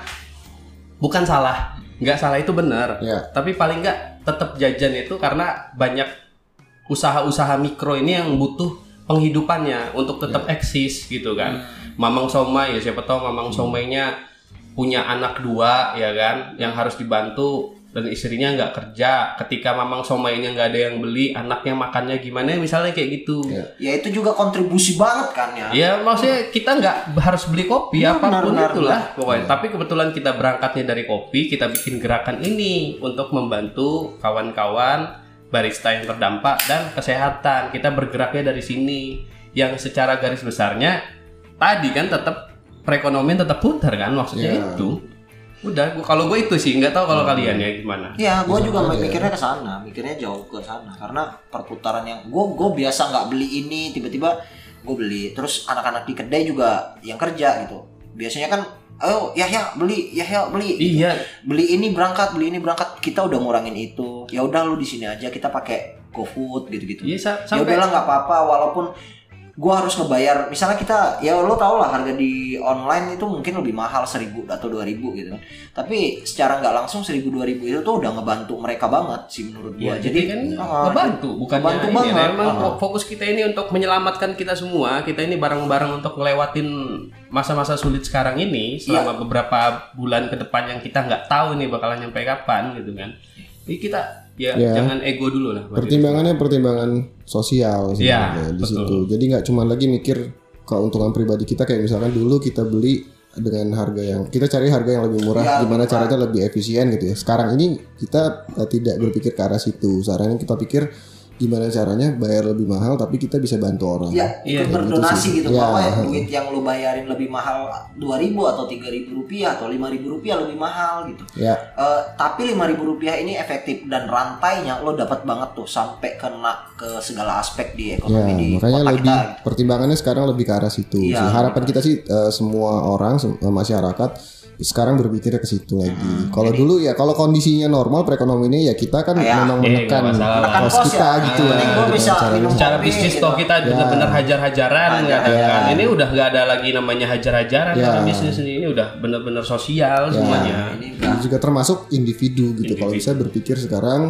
bukan salah. Nggak salah, itu benar, yeah. tapi paling nggak tetap jajan itu karena banyak usaha-usaha mikro ini yang butuh penghidupannya untuk tetap yeah. eksis gitu kan. Hmm. Mamang Somai ya siapa tahu Mamang hmm. Somainya punya anak dua ya kan, yang harus dibantu dan istrinya nggak kerja. Ketika Mamang Somainya nggak ada yang beli, anaknya makannya gimana misalnya kayak gitu. Ya, ya itu juga kontribusi banget kan ya. Ya maksudnya kita nggak harus beli kopi ya, apapun benar, itulah benar. Pokoknya. Ya. Tapi kebetulan kita berangkatnya dari kopi, kita bikin gerakan ini untuk membantu kawan-kawan barista yang terdampak dan kesehatan. Kita bergeraknya dari sini. Yang secara garis besarnya tadi kan tetap perekonomian tetap putar kan, maksudnya ya. Itu. Udah, gua, kalau gue itu sih, nggak tahu kalau hmm. kalian ya gimana. Iya, gue juga mikirnya ke sana, mikirnya jauh ke sana, karena perputaran yang gue gue biasa nggak beli ini, tiba-tiba gue beli, terus anak-anak di kedai juga yang kerja gitu, biasanya kan, ayo Yahya beli, Yahya beli, iya, beli ini berangkat, beli ini berangkat, kita udah ngurangin itu, ya udah lu di sini aja, kita pakai GoFood gitu-gitu. Iya, sa- ya udahlah nggak apa-apa, walaupun gue harus ngebayar, misalnya kita ya lo tau lah harga di online itu mungkin lebih mahal seribu atau dua ribu gitu kan, tapi secara nggak langsung seribu dua ribu itu tuh udah ngebantu mereka banget sih menurut gue. Ya, jadi kan uh, ngebantu bukan ngebantu banget. Ya, memang uh-huh. fokus kita ini untuk menyelamatkan kita semua, kita ini bareng-bareng untuk ngelewatin masa-masa sulit sekarang ini selama ya. beberapa bulan ke depan yang kita nggak tahu nih bakalan nyampe kapan gitu kan. Jadi kita ya, ya jangan ego dulu lah. Pertimbangannya pertimbangan sosial sebenarnya ya, di situ. Jadi nggak cuma lagi mikir keuntungan pribadi kita, kayak misalkan dulu kita beli dengan harga yang kita cari harga yang lebih murah, ya, gimana caranya lebih efisien gitu ya. Sekarang ini kita uh, tidak berpikir ke arah situ. Sekarang kita pikir gimana caranya bayar lebih mahal tapi kita bisa bantu orang. Ya, ikut berdonasi gitu, gitu bahwa ya, duit yang lu bayarin lebih mahal dua ribu atau tiga ribu rupiah atau lima ribu rupiah lebih mahal gitu. Ya. Uh, tapi lima ribu rupiah ini efektif dan rantainya lo dapat banget tuh sampai kena ke segala aspek di ekonomi ya, di makanya kota lebih kita. Pertimbangannya sekarang lebih ke arah situ. Ya, harapan kita sih uh, semua orang sem- masyarakat sekarang berpikir ke situ lagi. Hmm, kalau dulu ya kalau kondisinya normal perekonomiannya ya kita kan ya, memang menekan eh, kos kita ya. gitu ya. Nah, bisa secara bisnis toh kita ya. benar-benar hajar-hajaran ya. kan. Ini udah nggak ada lagi namanya hajar-hajaran ya. Karena bisnis ini udah benar-benar sosial ya. semuanya. Ini juga termasuk individu gitu. Kalau bisa berpikir sekarang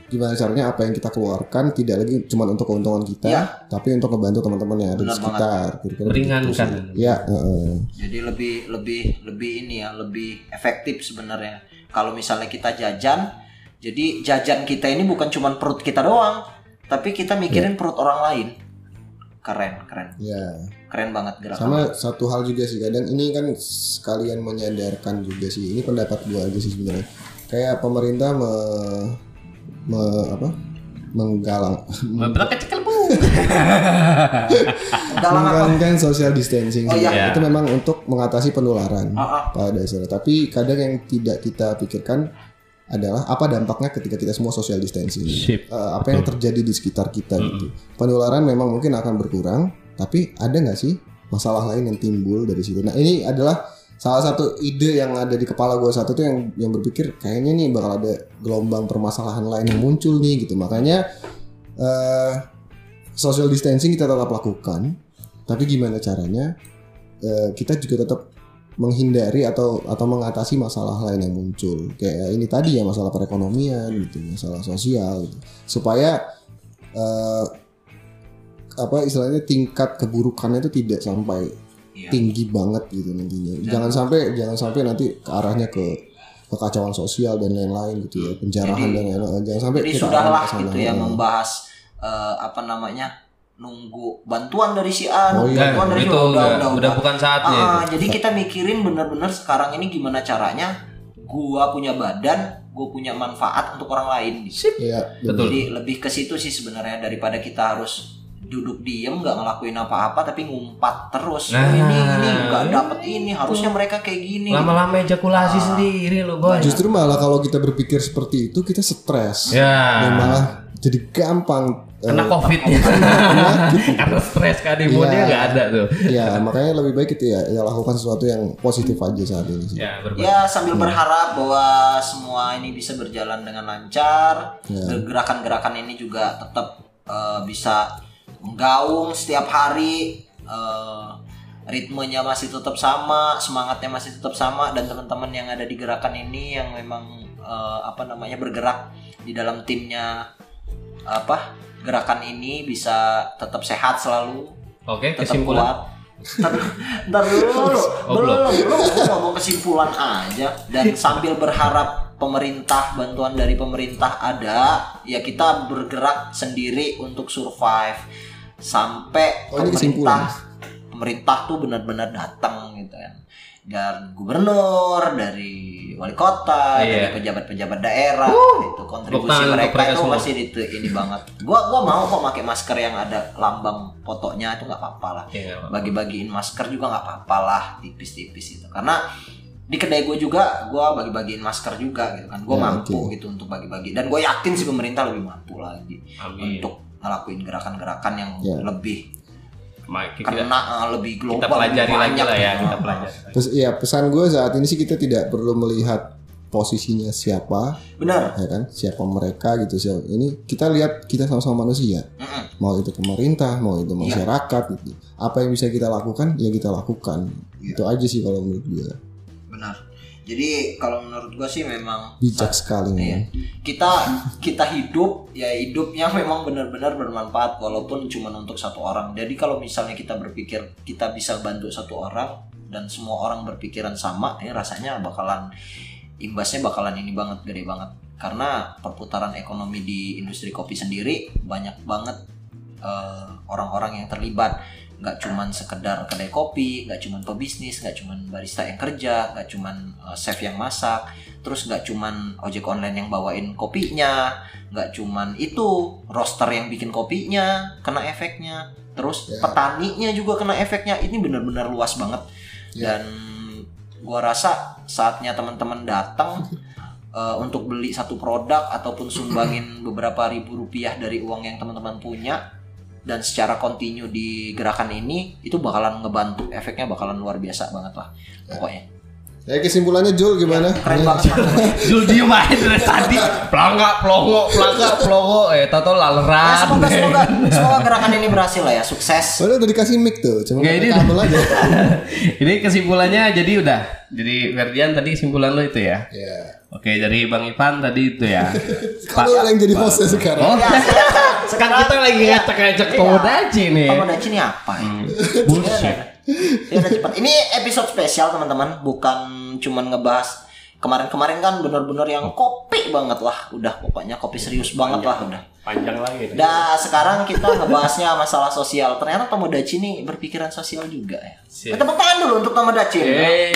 gimana caranya apa yang kita keluarkan tidak lagi cuma untuk keuntungan kita, ya. tapi untuk membantu teman-teman yang ada di sekitar. Meringankan. Ya. Uh. Jadi lebih lebih lebih ini ya, lebih efektif sebenarnya. Kalau misalnya kita jajan, jadi jajan kita ini bukan cuma perut kita doang, tapi kita mikirin ya. perut orang lain. Keren, keren. Ya. Keren banget gerakan. Sama satu hal juga sih, kadang ini kan sekalian menyadarkan juga sih. Ini pendapat gua aja sih sebenarnya. Kayak pemerintah me, me apa? menggalang menggalangkan social distancing oh, sih. iya. Itu memang untuk mengatasi penularan uh-uh. pada dasarnya. Tapi kadang yang tidak kita pikirkan adalah apa dampaknya ketika kita semua social distancing. Uh, apa yang terjadi di sekitar kita mm-hmm. gitu. Penularan memang mungkin akan berkurang, tapi ada nggak sih masalah lain yang timbul dari situ? Nah ini adalah salah satu ide yang ada di kepala gue satu tuh yang yang berpikir kayaknya nih bakal ada gelombang permasalahan lain yang muncul nih gitu. Makanya uh, social distancing kita tetap lakukan, tapi gimana caranya uh, kita juga tetap menghindari atau atau mengatasi masalah lain yang muncul kayak ini tadi ya, masalah perekonomian gitu, masalah sosial gitu, supaya uh, apa istilahnya tingkat keburukannya itu tidak sampai iya. tinggi banget gitu nantinya. Dan jangan sampai jangan sampai nanti ke arahnya ke kekacauan sosial dan lain-lain gitu ya, penjarahan jadi, dan lain-lain. Jangan sampai jadi kita sudahlah gitu ya membahas uh, apa namanya nunggu bantuan dari si A, oh, iya. bantuan dari itu udah, udah, udah, udah, udah bukan saatnya. Ah, jadi kita mikirin benar-benar sekarang ini gimana caranya gua punya badan, gua punya manfaat untuk orang lain. Sip. Ya, betul. Jadi lebih ke situ sih sebenarnya daripada kita harus duduk diem nggak ngelakuin apa-apa tapi ngumpat terus. Nah, oh, ini ini nggak dapet ini, harusnya mereka kayak gini. Lama-lama ejakulasi ah. sendiri lo boy. Justru malah kalau kita berpikir seperti itu kita stres. Ya. Dan malah jadi gampang kena uh, covid-nya karena stres kadimonya nggak ya, ada tuh. Ya makanya lebih baik itu ya, ya lakukan sesuatu yang positif aja saat ini sih. Ya, ya sambil hmm. berharap bahwa semua ini bisa berjalan dengan lancar. Ya. Gerakan-gerakan ini juga tetap uh, bisa menggaung setiap hari. Uh, ritmenya masih tetap sama, semangatnya masih tetap sama, dan teman-teman yang ada di gerakan ini yang memang uh, apa namanya bergerak di dalam timnya apa gerakan ini bisa tetap sehat selalu. Oke, tetap kesimpulan. Kuat. Ntar, ntar dulu, oh, belum, belum, belum ngomong kesimpulan aja. Dan sambil berharap pemerintah, bantuan dari pemerintah ada, ya kita bergerak sendiri untuk survive sampai oh, pemerintah, pemerintah tuh benar-benar datang gitu kan. Dan gubernur, dari wali kota, yeah. dari pejabat-pejabat daerah, uh, itu kontribusi mereka itu masih itu ini banget. Gua gua mau kok pakai masker yang ada lambang fotonya itu nggak apa-apa lah. Yeah. Bagi-bagiin masker juga nggak apa-apa lah, tipis-tipis itu. Karena di kedai gue juga gue bagi-bagiin masker juga gitu kan. Gue yeah, mampu okay. gitu untuk bagi-bagi. Dan gue yakin sih pemerintah lebih mampu lagi Amin. Untuk ngelakuin gerakan-gerakan yang yeah. lebih kita, kena lebih global, kita pelajari lagi lah ya, kita pelajari. Terus iya pesan gue saat ini sih kita tidak perlu melihat posisinya siapa, benar, ya kan, siapa mereka gitu. Siapa ini kita lihat kita sama-sama manusia, mm-hmm. mau itu pemerintah, mau itu masyarakat, yeah. gitu. Apa yang bisa kita lakukan, ya kita lakukan. Yeah. Itu aja sih kalau menurut gue. Benar. Jadi kalau menurut gue sih memang bijak sekali iya. Kita kita hidup ya hidupnya memang benar-benar bermanfaat walaupun cuma untuk satu orang. Jadi kalau misalnya kita berpikir kita bisa bantu satu orang dan semua orang berpikiran sama, ya rasanya bakalan imbasnya bakalan ini banget, gede banget. Karena perputaran ekonomi di industri kopi sendiri banyak banget uh, orang-orang yang terlibat. Nggak cuman sekedar kedai kopi, nggak cuman pebisnis, nggak cuman barista yang kerja, nggak cuman uh, chef yang masak, terus nggak cuman ojek online yang bawain kopinya, nggak cuman itu roaster yang bikin kopinya kena efeknya, terus yeah. petaninya juga kena efeknya. Ini benar-benar luas banget. Yeah. Dan gua rasa saatnya teman-teman datang uh, untuk beli satu produk ataupun sumbangin beberapa ribu rupiah dari uang yang teman-teman punya. Dan secara kontinu di gerakan ini itu bakalan ngebantu, efeknya bakalan luar biasa banget lah pokoknya. Ya kesimpulannya Jul gimana? Keren banget. Jul diem aja dari tadi. Pelangga, pelongo, pelangga, pelongo. Eh, tau-tau Ya, laleran. semoga, semoga, semoga gerakan ini berhasil lah ya, sukses. Padahal udah dikasih mic tuh, cuma Nggak, ini kabel aja. Ini kesimpulannya jadi udah. Jadi Ferdian tadi kesimpulan lo itu ya. Ya. Oke, dari Bang Ivan tadi itu ya. Kalau yang jadi hostnya sekarang. Oh, Ya, sekarang kita lagi ngecek-ngecek Tomodachi nih. Tomodachi ini apa ya? Bullshit. Ya udah cepat. Ini episode spesial teman-teman, bukan cuman ngebahas kemarin-kemarin kan bener-bener yang kopi banget lah, udah pokoknya kopi serius banget lah udah. Panjang lagi. Nah sekarang kita ngebahasnya masalah sosial. Ternyata Tomodachi ini berpikiran sosial juga ya. Siap. Tepuk tangan dulu untuk Tomodachi. Hey.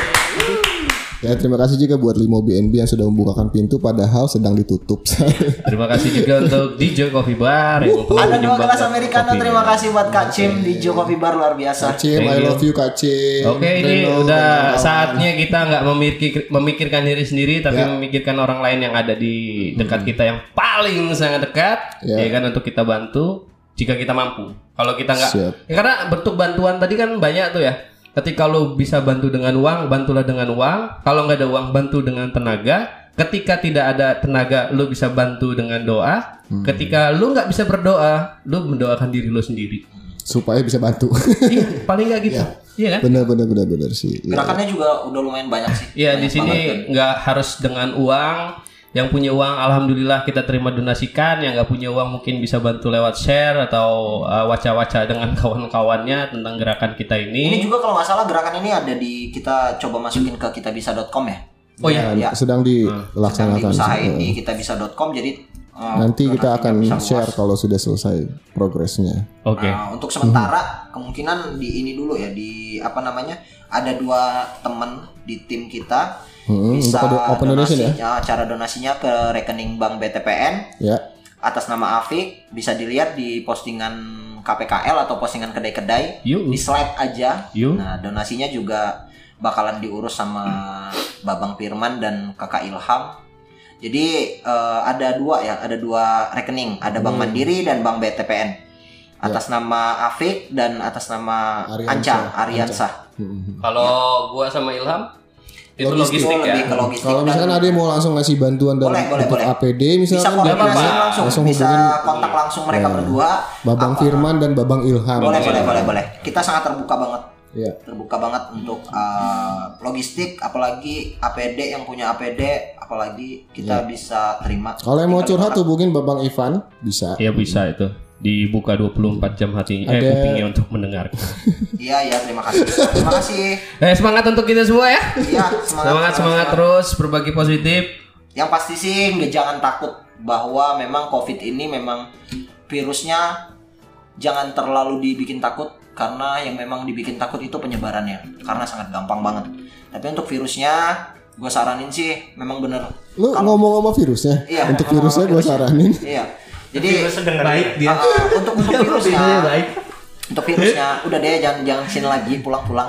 Ya terima kasih juga buat Limo B N B yang sudah membukakan pintu padahal sedang ditutup. Terima kasih juga untuk D J Coffee Bar yang telah Ada dua menyumbangkan gelas americano. kopinya. Terima kasih buat Kak Cim di Jo Coffee Bar, luar biasa. Kak Cim, I love you Kak Cim. Oke, ini Reno, udah kawan-kawan. saatnya kita nggak memikir, memikirkan diri sendiri, tapi Ya. memikirkan orang lain yang ada di dekat kita yang paling sangat dekat, Ya. ya kan, untuk kita bantu jika kita mampu. Kalau kita nggak, Siap. ya karena bentuk bantuan tadi kan banyak tuh ya. Ketika lo bisa bantu dengan uang, bantulah dengan uang. Kalau nggak ada uang, bantu dengan tenaga. Ketika tidak ada tenaga, lo bisa bantu dengan doa. Hmm. Ketika lo nggak bisa berdoa, lo mendoakan diri lo sendiri. Supaya bisa bantu. Iya, paling nggak gitu. Iya kan? Bener bener bener bener sih. Ya. Gerakannya juga udah lumayan banyak sih. Iya, di Banyak sini banget. nggak harus dengan uang. Yang punya uang, alhamdulillah kita terima donasikan. Yang nggak punya uang mungkin bisa bantu lewat share atau uh, waca-waca dengan kawan-kawannya tentang gerakan kita Ini ini. juga kalau nggak salah gerakan ini ada di, kita coba masukin ke kitabisa dot com ya. Oh iya, Ya, Sedang sedang dilaksanakan. diusahain sih. di kitabisa dot com, jadi uh, Nanti kita akan donasinya bisa share luas. kalau sudah selesai progresnya. oke. Nah, untuk sementara kemungkinan di ini dulu ya, di apa namanya, ada dua teman di tim kita Hmm, bisa untuk ada open donation ya? donasinya, cara donasinya ke rekening bank B T P N Ya. atas nama Afik, bisa dilihat di postingan K P K L atau postingan kedai-kedai, Yuk. di slide aja. Yuk. Nah, donasinya juga bakalan diurus sama Babang Firman dan Kakak Ilham. Jadi eh, ada dua ya, ada dua rekening, ada Bank Hmm. Mandiri dan Bank B T P N. Atas nama Afik dan atas nama Ariansa. Anca, Ariansa. Hmm. Kalau gua sama Ilham itu Logistik. logistik, Itu ya. lebih ke logistik. Kalau dan misalkan ada yang mau langsung ngasih bantuan dalam Boleh, boleh, bentuk boleh. A P D bisa misalkan, koordinasi apa-apa. langsung, langsung bisa hubungin kontak langsung mereka Ya. berdua. Babang Apa- Firman dan Babang Ilham. Boleh, Boleh. boleh, boleh, boleh. Kita sangat terbuka banget. Ya. Terbuka banget untuk uh, logistik, apalagi A P D, yang punya A P D, apalagi kita bisa terima. Kalau yang mau Tinggal curhat kontak. hubungin Babang Ivan bisa. Iya bisa itu. Dibuka dua puluh empat jam hatinya, eh Ada- kupingnya untuk mendengarkan. Iya, iya, terima kasih. Terima kasih. Eh semangat untuk kita semua ya. Iya, semangat, Semangat semangat terus berbagi positif. Yang pasti sih nggak, jangan takut bahwa memang COVID ini memang virusnya jangan terlalu dibikin takut, karena yang memang dibikin takut itu penyebarannya, karena sangat gampang banget. Tapi untuk virusnya, gue saranin sih memang bener. Lu Kalau- ngomong sama virusnya? Iya, Untuk ngomong virusnya sama gue virusnya. saranin. Iya. Jadi baik dia. uh, untuk untuk virusnya, baik. untuk virusnya, udah deh, jangan jangan sini lagi, pulang-pulang.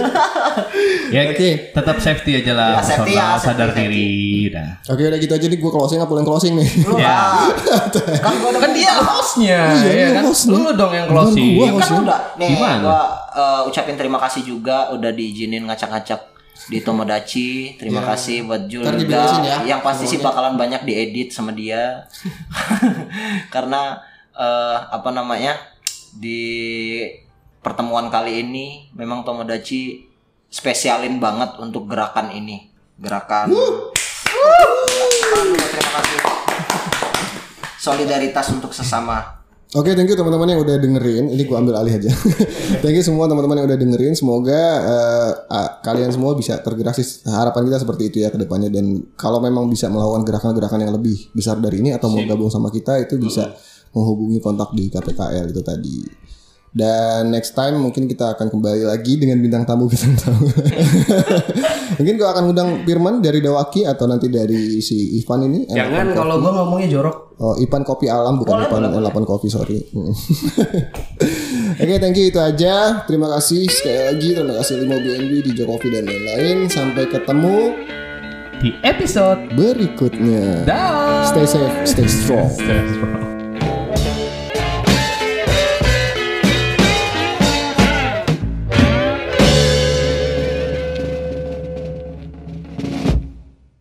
Ya, Oke. tetap safety aja lah. Ya, safety Soal ya, sadar safety, diri. Dah. Oke udah gitu aja nih, gue closing apa yang closing nih? Lu Ya. lah. Kan gua udah Kan dia hostnya, Iya, ya dia kan? host Lu nih. dong yang Bukan closing. gua. Iya kan hostnya. udah. Nih, Gimana? gua uh, ucapin terima kasih juga udah diizinin ngacak-ngacak di Tomodachi. Terima Ya. kasih buat Jul Ntar juga. diberesin ya, Yang pasti sih semuanya. bakalan banyak diedit sama dia. Karena eh, apa namanya? Di pertemuan kali ini memang Tomodachi spesialin banget untuk gerakan ini. Gerakan Terima kasih. Solidaritas untuk sesama. Oke, thank you teman-teman yang udah dengerin. Ini gue ambil alih aja. Thank you semua teman-teman yang udah dengerin. Semoga eh, ah, kalian semua bisa tergerak sih. Harapan kita seperti itu ya ke depannya. Dan kalau memang bisa melakukan gerakan-gerakan yang lebih besar dari ini atau mau gabung sama kita, itu bisa menghubungi kontak di K P K L itu tadi. Dan next time mungkin kita akan kembali lagi dengan bintang tamu bintang tamu. Mungkin gue akan undang Firman dari Dawaki atau nanti dari si Ivan ini. Jangan Ivan kalau Kopi. gua ngomongnya jorok. Oh, Ipan Kopi Alam bukan Ipan delapan Kopi, sorry. Hmm. Oke, thank you, itu aja. Terima kasih sekali lagi, terima kasih Limo B N B, di Jokowi dan lain-lain. Sampai ketemu Di episode berikutnya. dah. Stay safe, stay strong. Stay strong.